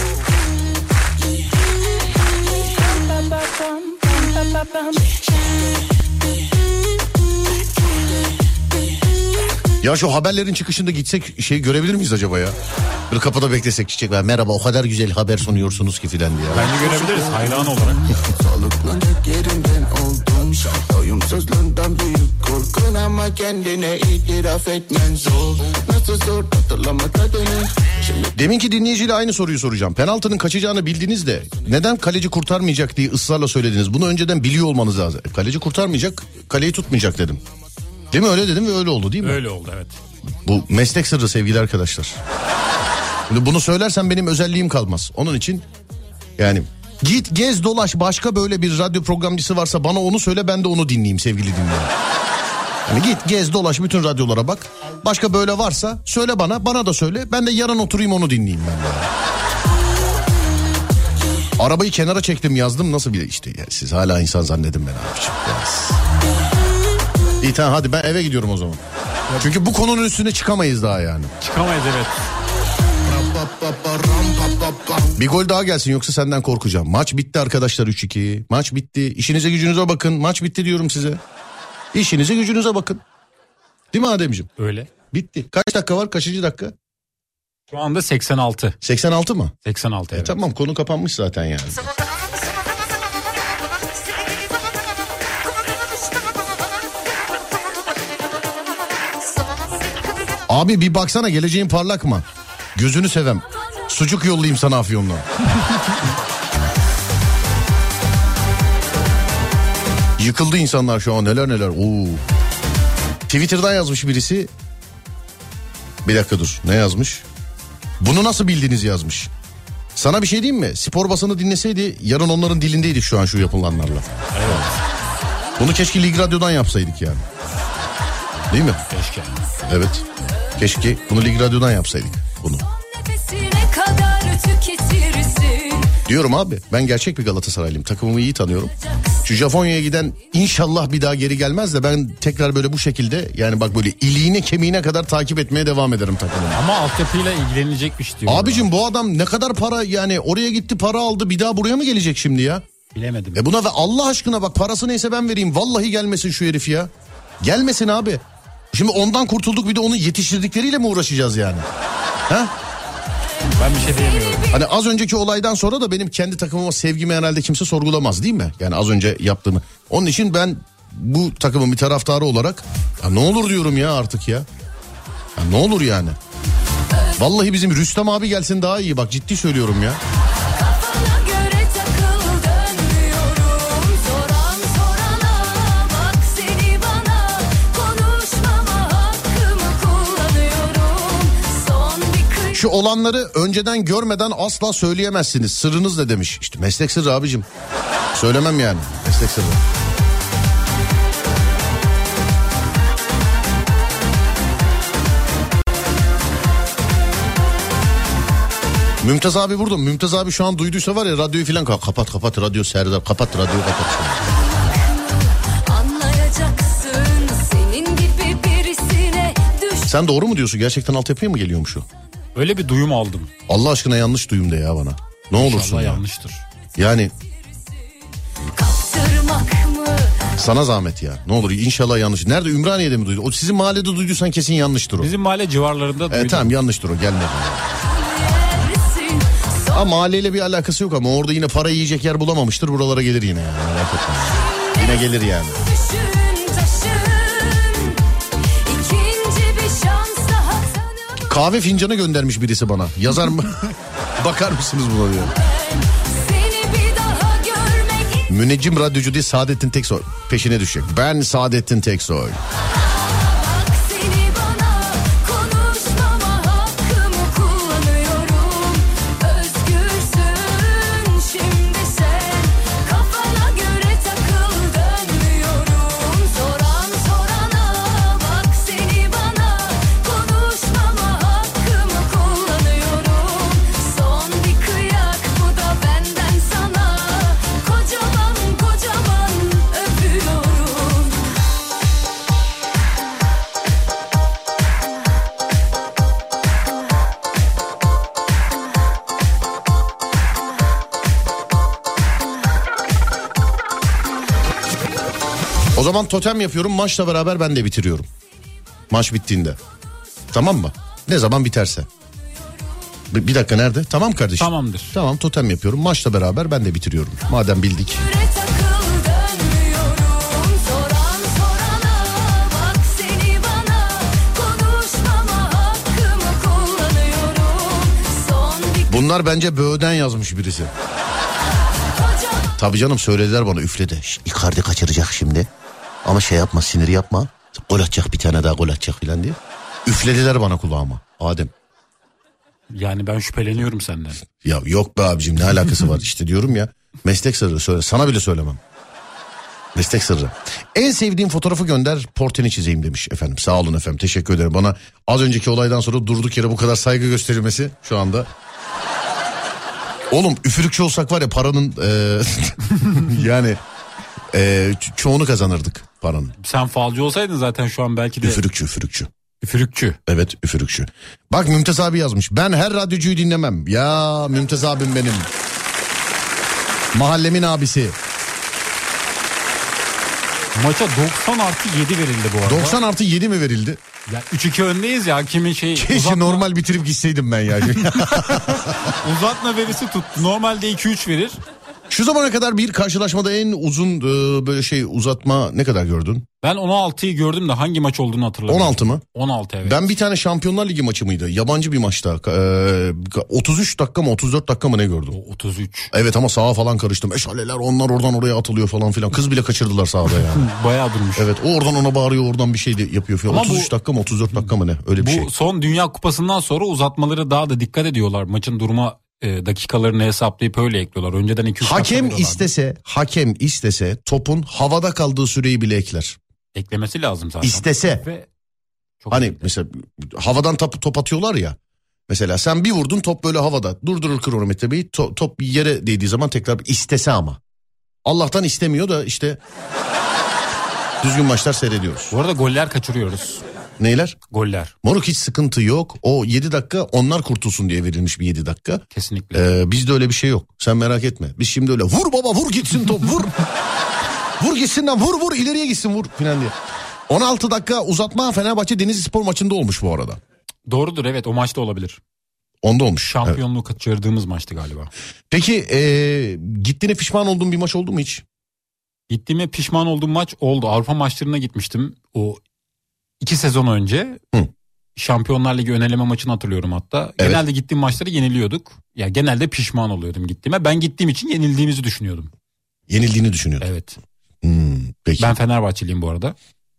Ya şu haberlerin çıkışında gitsek görebilir miyiz acaba ya? Bir kapıda beklesek, çiçek ver. Merhaba, o kadar güzel haber sunuyorsunuz ki filan diye. Bence görebiliriz hayran olarak. Sağlıklanacak yerinden oldum. Doyumsuzluğundan büyük korkun ama kendine itiraf etmen zor. Nasıl zor hatırlama tadını. Deminki dinleyiciyle aynı soruyu soracağım. Penaltının kaçacağını bildiniz de neden kaleci kurtarmayacak diye ısrarla söylediniz. Bunu önceden biliyor olmanız lazım. Kaleci kurtarmayacak, kaleyi tutmayacak dedim. Değil mi? Öyle dedim ve öyle oldu değil mi? Öyle oldu, evet. Bu meslek sırrı sevgili arkadaşlar. Şimdi bunu söylersem benim özelliğim kalmaz. Onun için yani Git gez dolaş, başka böyle bir radyo programcısı varsa bana onu söyle, ben de onu dinleyeyim sevgili dinleyen. Yani git gez dolaş bütün radyolara bak. Başka böyle varsa söyle bana da söyle. Ben de yarın oturayım onu dinleyeyim ben de. Arabayı kenara çektim yazdım, nasıl bile işte ya, siz hala insan zannedin ben abiciğim. İyi tamam, hadi ben eve gidiyorum o zaman. Çünkü bu konunun üstüne çıkamayız daha yani. Çıkamayız, evet. Bir gol daha gelsin yoksa senden korkacağım. Maç bitti arkadaşlar, 3-2. Maç bitti. İşinize gücünüze bakın. Maç bitti diyorum size. İşinize gücünüze bakın. Değil mi Ademciğim? Öyle. Bitti. Kaç dakika var? Kaçıncı dakika? Şu anda 86. 86 mı? 86, evet. Tamam, konu kapanmış zaten yani. Abi bir baksana, geleceğin parlak mı? Gözünü sevem. Sucuk yollayayım sana Afyon'dan. Yıkıldı insanlar şu an, neler. Oo. Twitter'dan yazmış birisi. Bir dakika dur, ne yazmış? Bunu nasıl bildiniz yazmış. Sana bir şey diyeyim mi? Spor basını dinleseydi yarın onların dilindeydik şu an şu yapılanlarla. Evet. Bunu keşke Lig Radyo'dan yapsaydık yani. Değil mi? Keşke. Evet. Keşke bunu Lig Radyo'dan yapsaydık bunu. Diyorum abi, ben gerçek bir Galatasaraylıyım. Takımımı iyi tanıyorum. Şu Japonya'ya giden inşallah bir daha geri gelmez de ben tekrar böyle bu şekilde, yani bak böyle iliğine kemiğine kadar takip etmeye devam ederim takımımı. Ama altyapıyla ilgilenecekmiş diyor. Abicim bu adam ne kadar para, yani oraya gitti para aldı, bir daha buraya mı gelecek şimdi ya? Bilemedim. Buna ve Allah aşkına bak, parası neyse ben vereyim. Vallahi gelmesin şu herif ya. Gelmesin abi. Şimdi ondan kurtulduk, bir de onun yetiştirdikleriyle mi uğraşacağız yani? Ha? Ben bir şey diyemiyorum. Hani az önceki olaydan sonra da benim kendi takımıma sevgimi herhalde kimse sorgulamaz değil mi? Yani az önce yaptığımı. Onun için ben bu takımın bir taraftarı olarak ya ne olur diyorum ya artık ya. Ya ne olur yani. Vallahi bizim Rüstem abi gelsin daha iyi, bak ciddi söylüyorum ya. Şu olanları önceden görmeden asla söyleyemezsiniz. Sırrınız ne demiş? İşte meslek sırrı abicim. Söylemem yani. Meslek sırrı. Mümtaz abi burada. Mümtaz abi şu an duyduysa var ya, radyoyu filan kapat radyo Serdar, kapat radyoyu, kapat. Sen doğru mu diyorsun? Gerçekten altyapıya mı geliyormuş o? Öyle bir duyum aldım. Allah aşkına yanlış duyum de ya bana. Ne olursun İnşallah ya. yanlıştır. Yani sana zahmet ya. Ne olur inşallah yanlış. Nerede, Ümraniye'de mi duydun? O sizin mahallede duyduysan kesin yanlıştır o. Bizim mahalle civarlarında duydum. Tamam, yanlıştır o, gelmedi. Ama mahalleyle bir alakası yok, ama orada yine para yiyecek yer bulamamıştır. Buralara gelir yine yani. Merak etme. Yine gelir yani. Kahve fincanı göndermiş birisi bana. Yazar mı? Bakar mısınız buna diyor. Müneccim radyocu diye Saadettin Teksoy peşine düşecek. Ben Saadettin Teksoy. O zaman totem yapıyorum, maçla beraber ben de bitiriyorum. Maç bittiğinde. Tamam mı? Ne zaman biterse. Bir dakika, nerede? Tamam kardeşim. Tamamdır. Tamam, totem yapıyorum, maçla beraber ben de bitiriyorum. Madem bildik. Bunlar bence böğden yazmış birisi. Tabii canım, söylediler bana, üfledi. Icardi kaçıracak şimdi. Ama şey yapma, sinir yapma. Gol atacak, bir tane daha gol atacak filan diye. Üflediler bana kulağıma. Adem. Yani ben şüpheleniyorum senden. Ya yok be abicim, ne alakası var işte diyorum ya. Meslek sırrı söyle. Sana bile söylemem. Meslek sırrı. En sevdiğim fotoğrafı gönder, portreni çizeyim demiş efendim. Sağ olun efendim, teşekkür ederim. Bana az önceki olaydan sonra durduk yere bu kadar saygı gösterilmesi şu anda. Oğlum üfürükçü olsak var ya paranın yani çoğunu kazanırdık paranın. Sen falcı olsaydın zaten şu an belki de. Üfürükçü. Üfürükçü. Evet, üfürükçü. Bak Mümtaz abi yazmış. Ben her radyocuyu dinlemem. Ya Mümtaz abim benim. Mahallemin abisi. Maça 90+7 verildi bu arada. 90+7 mi verildi? Ya 3-2 öndeyiz ya, kimin şeyi. Keşke normal bitirip gitseydim ben ya. Uzatma verisi tuttu. Normalde 2-3 verir. Şu zamana kadar bir karşılaşmada en uzun böyle uzatma ne kadar gördün? Ben 16'yı gördüm de hangi maç olduğunu hatırlamıyorum. 16 mı? 16 evet. Ben bir tane Şampiyonlar Ligi maçı mıydı? Yabancı bir maçta. 33 dakika mı 34 dakika mı ne gördüm? 33. Evet ama sağa falan karıştım. Eşaleler onlar oradan oraya atılıyor falan filan. Kız bile kaçırdılar sahada yani. Bayağı durmuş. Evet, o oradan ona bağırıyor, oradan bir şey de yapıyor falan. 33 dakika mı 34 dakika mı ne? Öyle bir şey. Bu son Dünya Kupası'ndan sonra uzatmaları daha da dikkat ediyorlar. Maçın duruma dakikalarını hesaplayıp öyle ekliyorlar. Önceden 2-3 Hakem istese topun havada kaldığı süreyi bile ekler. Eklemesi lazım zaten. İstese. Ve çok hani önemli. mesela havadan top atıyorlar ya. Mesela sen bir vurdun, top böyle havada. Durdurur kronometreyi. Top yere değdiği zaman tekrar istese ama. Allah'tan istemiyor da işte düzgün maçlar seyrediyoruz. Bu arada goller kaçırıyoruz. Neyler? Goller. Moruk hiç sıkıntı yok. O 7 dakika onlar kurtulsun diye verilmiş bir 7 dakika. Kesinlikle. Bizde öyle bir şey yok. Sen merak etme. Biz şimdi öyle vur baba vur gitsin top vur. Vur gitsin lan vur ileriye gitsin vur falan diye. 16 dakika uzatma Fenerbahçe Denizlispor maçında olmuş bu arada. Doğrudur, evet, o maçta olabilir. Onda olmuş. Şampiyonluğu Evet. kaçırdığımız maçtı galiba. Peki gittiğine pişman olduğun bir maç oldu mu hiç? Gittiğime pişman olduğum maç oldu. Avrupa maçlarına gitmiştim. O 2 sezon önce. Hı. Şampiyonlar Ligi öneleme maçını hatırlıyorum hatta. Evet. Genelde gittiğim maçları yeniliyorduk. Ya genelde pişman oluyordum gittiğime. Ben gittiğim için yenildiğimizi düşünüyordum. Yenildiğini düşünüyordun. Evet. Peki. Ben Fenerbahçeliyim bu arada.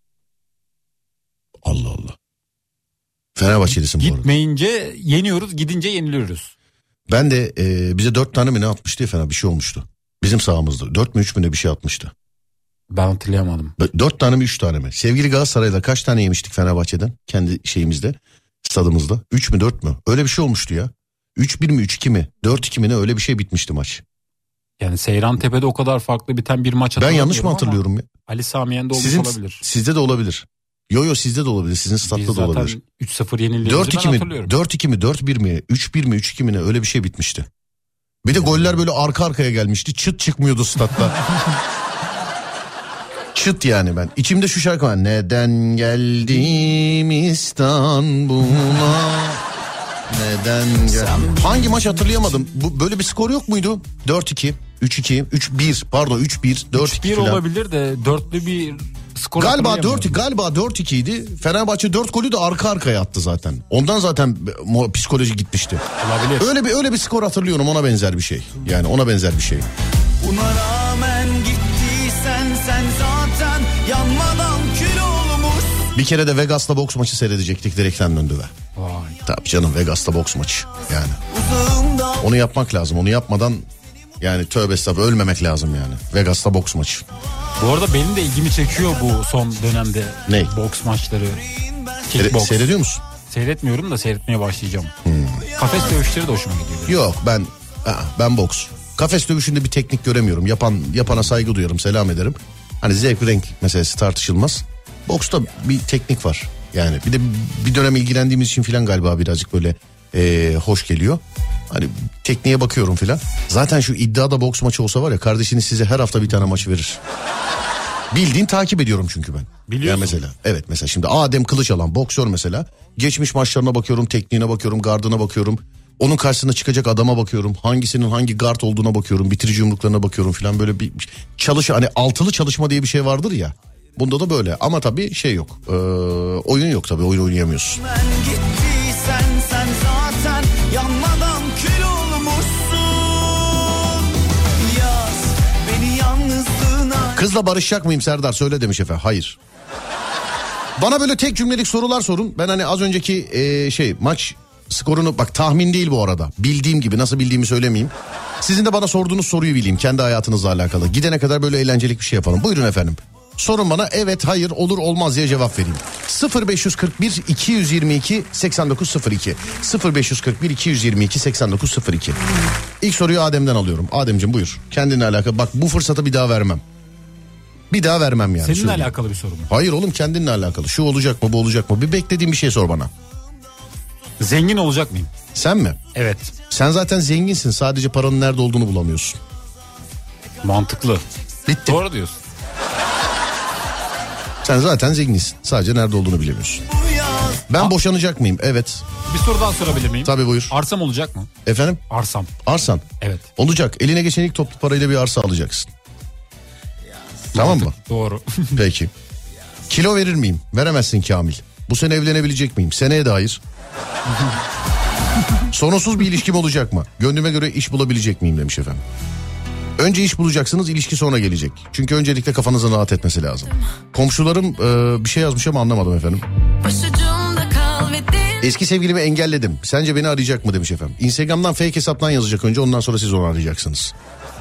Allah Allah. Fenerbahçelisin bu arada. Gitmeyince yeniyoruz, gidince yeniliyoruz. Ben de bize 4 tane mi ne atmıştı ya Fener, bir şey olmuştu. Bizim sahamızda 4 mü 3 mü ne bir şey atmıştı. Ben hatırlayamadım. 4 tane mi 3 tane mi? Sevgili Galatasaray'la kaç tane yemiştik Fenerbahçe'den? Kendi şeyimizde, stadımızda. 3 mü 4 mü? Öyle bir şey olmuştu ya. 3-1 mi 3-2 mi 4-2 mi ne, öyle bir şey bitmişti maç. Yani Seyrantepe'de o kadar farklı biten bir maç Ben hatırlamıyorum. yanlış mı hatırlıyorum ya? Ali Sami Yen'de olmuş olabilir. Sizde de olabilir. Yo sizde de olabilir. Sizin statta Biz da olabilir. zaten 3-0 yenildiğimizi ben 4-2 mi hatırlıyorum. 4-2 mi 4-1 mi 3-1 mi 3-2 mi ne, öyle bir şey bitmişti. Bir de goller böyle arka arkaya gelmişti. Çıt çıkmıyordu statta. Çıt yani ben. İçimde şu şarkı var. Neden geldim İstanbul'a? Neden geldim? Hangi maç hatırlayamadım. Böyle bir skor yok muydu? 4-2, 3-2, 3-1 pardon 3-1, 4-2 3-1 falan. olabilir de dörtlü bir skor Galiba hatırlayamıyorum. 4-2 idi. Fenerbahçe 4 golü de arka arkaya attı zaten. Ondan zaten psikoloji gitmişti. Olabilir. Öyle bir skor hatırlıyorum, ona benzer bir şey. Yani ona benzer bir şey. Buna rağmen gittiysen sen zaten yanmadan kül olmuş. Bir kere de Vegas'ta boks maçı seyredecektik direkten döndü be. Vay. Tabii canım, Vegas'ta boks maçı yani. Uzağımda Onu yapmak lazım. Onu yapmadan yani tövbe estağfurullah ölmemek lazım yani. Vegas'ta boks maçı. Bu arada benim de ilgimi çekiyor bu son dönemde. Ne? Boks maçları. Kickbox. Seyrediyor musun? Seyretmiyorum da seyretmeye başlayacağım. Kafes dövüşleri de hoşuma gidiyor. Yok ben boks. Kafes dövüşünde bir teknik göremiyorum. Yapana saygı duyarım, selam ederim. Hani zevk renk meselesi tartışılmaz. Boksta bir teknik var. Yani bir de bir dönem ilgilendiğimiz için filan galiba birazcık böyle hoş geliyor. Hani tekniğe bakıyorum filan. Zaten şu iddiada boks maçı olsa var ya, kardeşiniz size her hafta bir tane maçı verir. Bildiğin takip ediyorum çünkü ben. Biliyorsun. Yani mesela evet, mesela şimdi Adem Kılıçalan boksör mesela. Geçmiş maçlarına bakıyorum, tekniğine bakıyorum, gardına bakıyorum. Onun karşısına çıkacak adama bakıyorum. Hangisinin hangi gard olduğuna bakıyorum. Bitirici yumruklarına bakıyorum filan, böyle bir hani altılı çalışma diye bir şey vardır ya. Bunda da böyle ama tabii şey yok. Oyun yok tabii, oyun oynayamıyorsun. gittiysen sen zaten yanmadan kül olmuşsun. Yaz beni yalnızlığına. Kızla barışacak mıyım Serdar söyle demiş efendim. Hayır. Bana böyle tek cümlelik sorular sorun. Ben hani az önceki maç skorunu, bak tahmin değil bu arada. Bildiğim gibi, nasıl bildiğimi söylemeyeyim. Sizin de bana sorduğunuz soruyu bileyim kendi hayatınızla alakalı. Gidene kadar böyle eğlencelik bir şey yapalım. Buyurun efendim. Sorun bana, evet, hayır, olur, olmaz diye cevap vereyim. 0541 222 8902 0541 222 8902. İlk soruyu Adem'den alıyorum. Ademciğim buyur. Kendinle alakalı. Bak bu fırsatı bir daha vermem. Bir daha vermem yani. Seninle alakalı bir soru mu? Hayır oğlum, kendinle alakalı. Şu olacak mı, bu olacak mı? Bir beklediğin bir şey sor bana. Zengin olacak mıyım? Sen mi? Evet. Sen zaten zenginsin. Sadece paranın nerede olduğunu bulamıyorsun. Mantıklı. Bitti. Doğru diyorsun. Sen zaten zenginsin. Sadece nerede olduğunu bilemiyorsun. Ben boşanacak mıyım? Evet. Bir soru daha sorabilir miyim? Tabii buyur. Arsam olacak mı? Efendim? Arsam. Arsan. Evet. Olacak. Eline geçen ilk toplu parayla bir arsa alacaksın. Tamam mı? Doğru. Peki. Kilo verir miyim? Veremezsin Kamil. Bu sene evlenebilecek miyim? Seneye de hayır. Sonsuz bir ilişkim olacak mı? Gönlüme göre iş bulabilecek miyim demiş efendim. Önce iş bulacaksınız, ilişki sonra gelecek. Çünkü öncelikle kafanızın rahat etmesi lazım. Komşularım bir şey yazmış ama anlamadım efendim. Eski sevgilimi engelledim. Sence beni arayacak mı demiş efendim. Instagram'dan fake hesaptan yazacak önce, ondan sonra siz onu arayacaksınız.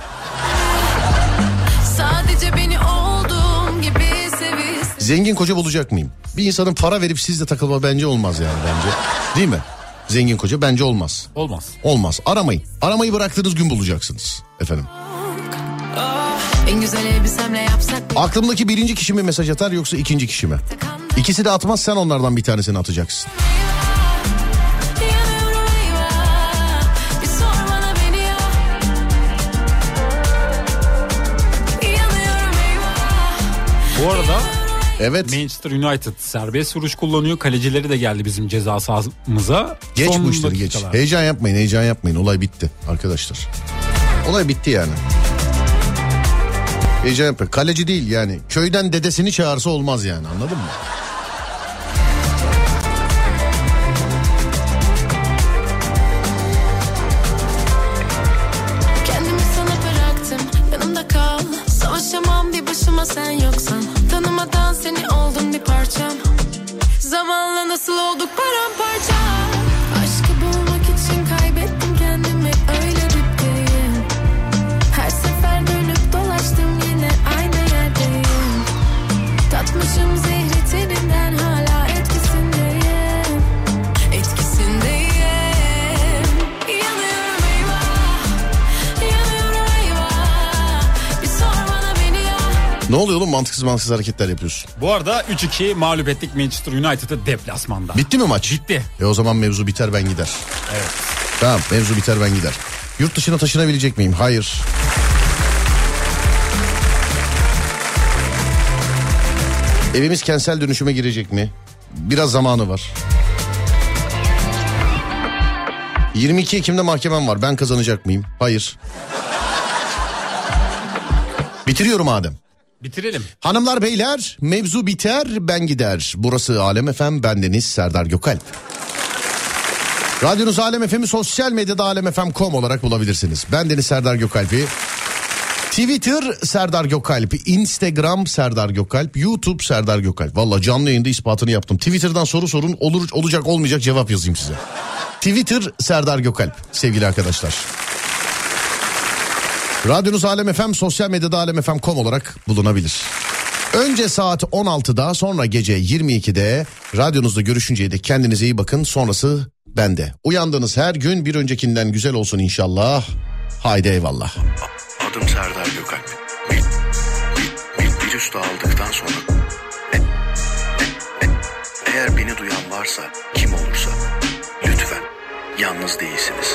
Sadece beni olduğum gibi seviyorsun. Zengin koca bulacak mıyım? Bir insanın para verip sizle takılma bence olmaz yani bence. Değil mi? Zengin koca bence olmaz. Olmaz. Olmaz. Aramayın. Aramayı bıraktığınız gün bulacaksınız efendim. En güzel elbisemle yapsak. Aklımdaki birinci kişi mi mesaj atar yoksa ikinci kişi mi? İkisi de atmaz, sen onlardan bir tanesini atacaksın. Bu arada Evet. Manchester United serbest vuruş kullanıyor. Kalecileri de geldi bizim ceza sahamıza. Geç Son bu işleri geç. dakikalar. Heyecan yapmayın, heyecan yapmayın. Olay bitti arkadaşlar. Olay bitti yani. Heyecan yapmayın. Kaleci değil yani. Köyden dedesini çağırsa olmaz yani, anladın mı? Kendimi sana bıraktım, yanımda kal. Savaşamam bir başıma sen yoksan. Tanımadan seni oldum bir parçam. Zamanla nasıl olduk paramparça. Aşkı bulmak için kaybettim kendimi, öyle dipteyim. Her sefer dönüp dolaştım, yine aynı yerdeyim. Tatmışım zehri teninden, hala etkisindeyim. Etkisindeyim. Yanıyorum eyvah, yanıyorum eyvah. Bir sor bana beni ya. Ne oluyor oğlum, mantıksız hareketler yapıyorsun. Bu arada 3-2 mağlup ettik Manchester United'ı deplasmanda. Bitti mi maç? Bitti. O zaman mevzu biter, ben gider. Evet. Tamam, mevzu biter, ben gider. Yurt dışına taşınabilecek miyim? Hayır. Evimiz kentsel dönüşüme girecek mi? Biraz zamanı var. 22 Ekim'de mahkemem var. Ben kazanacak mıyım? Hayır. Bitiriyorum Adem. Bitirelim. Hanımlar beyler, mevzu biter, ben gider. Burası Alem FM, bendeniz Serdar Gökalp. Radyonuz Alem FM'i sosyal medyada alemfm.com olarak bulabilirsiniz. Bendeniz Serdar Gökalp'i. Twitter Serdar Gökalp, Instagram Serdar Gökalp, YouTube Serdar Gökalp. Valla canlı yayında ispatını yaptım. Twitter'dan soru sorun, olacak olmayacak cevap yazayım size. Twitter Serdar Gökalp sevgili arkadaşlar. Radyonuz Alem FM, sosyal medyada alemfm.com olarak bulunabilir. Önce saat 16'da, sonra gece 22'de radyonuzda görüşünceye dek kendinize iyi bakın. Sonrası bende. Uyandığınız her gün bir öncekinden güzel olsun inşallah. Haydi eyvallah. Adım Serdar Gökalp. Bir üstü aldıktan sonra eğer beni duyan varsa, kim olursa, lütfen yalnız değilsiniz.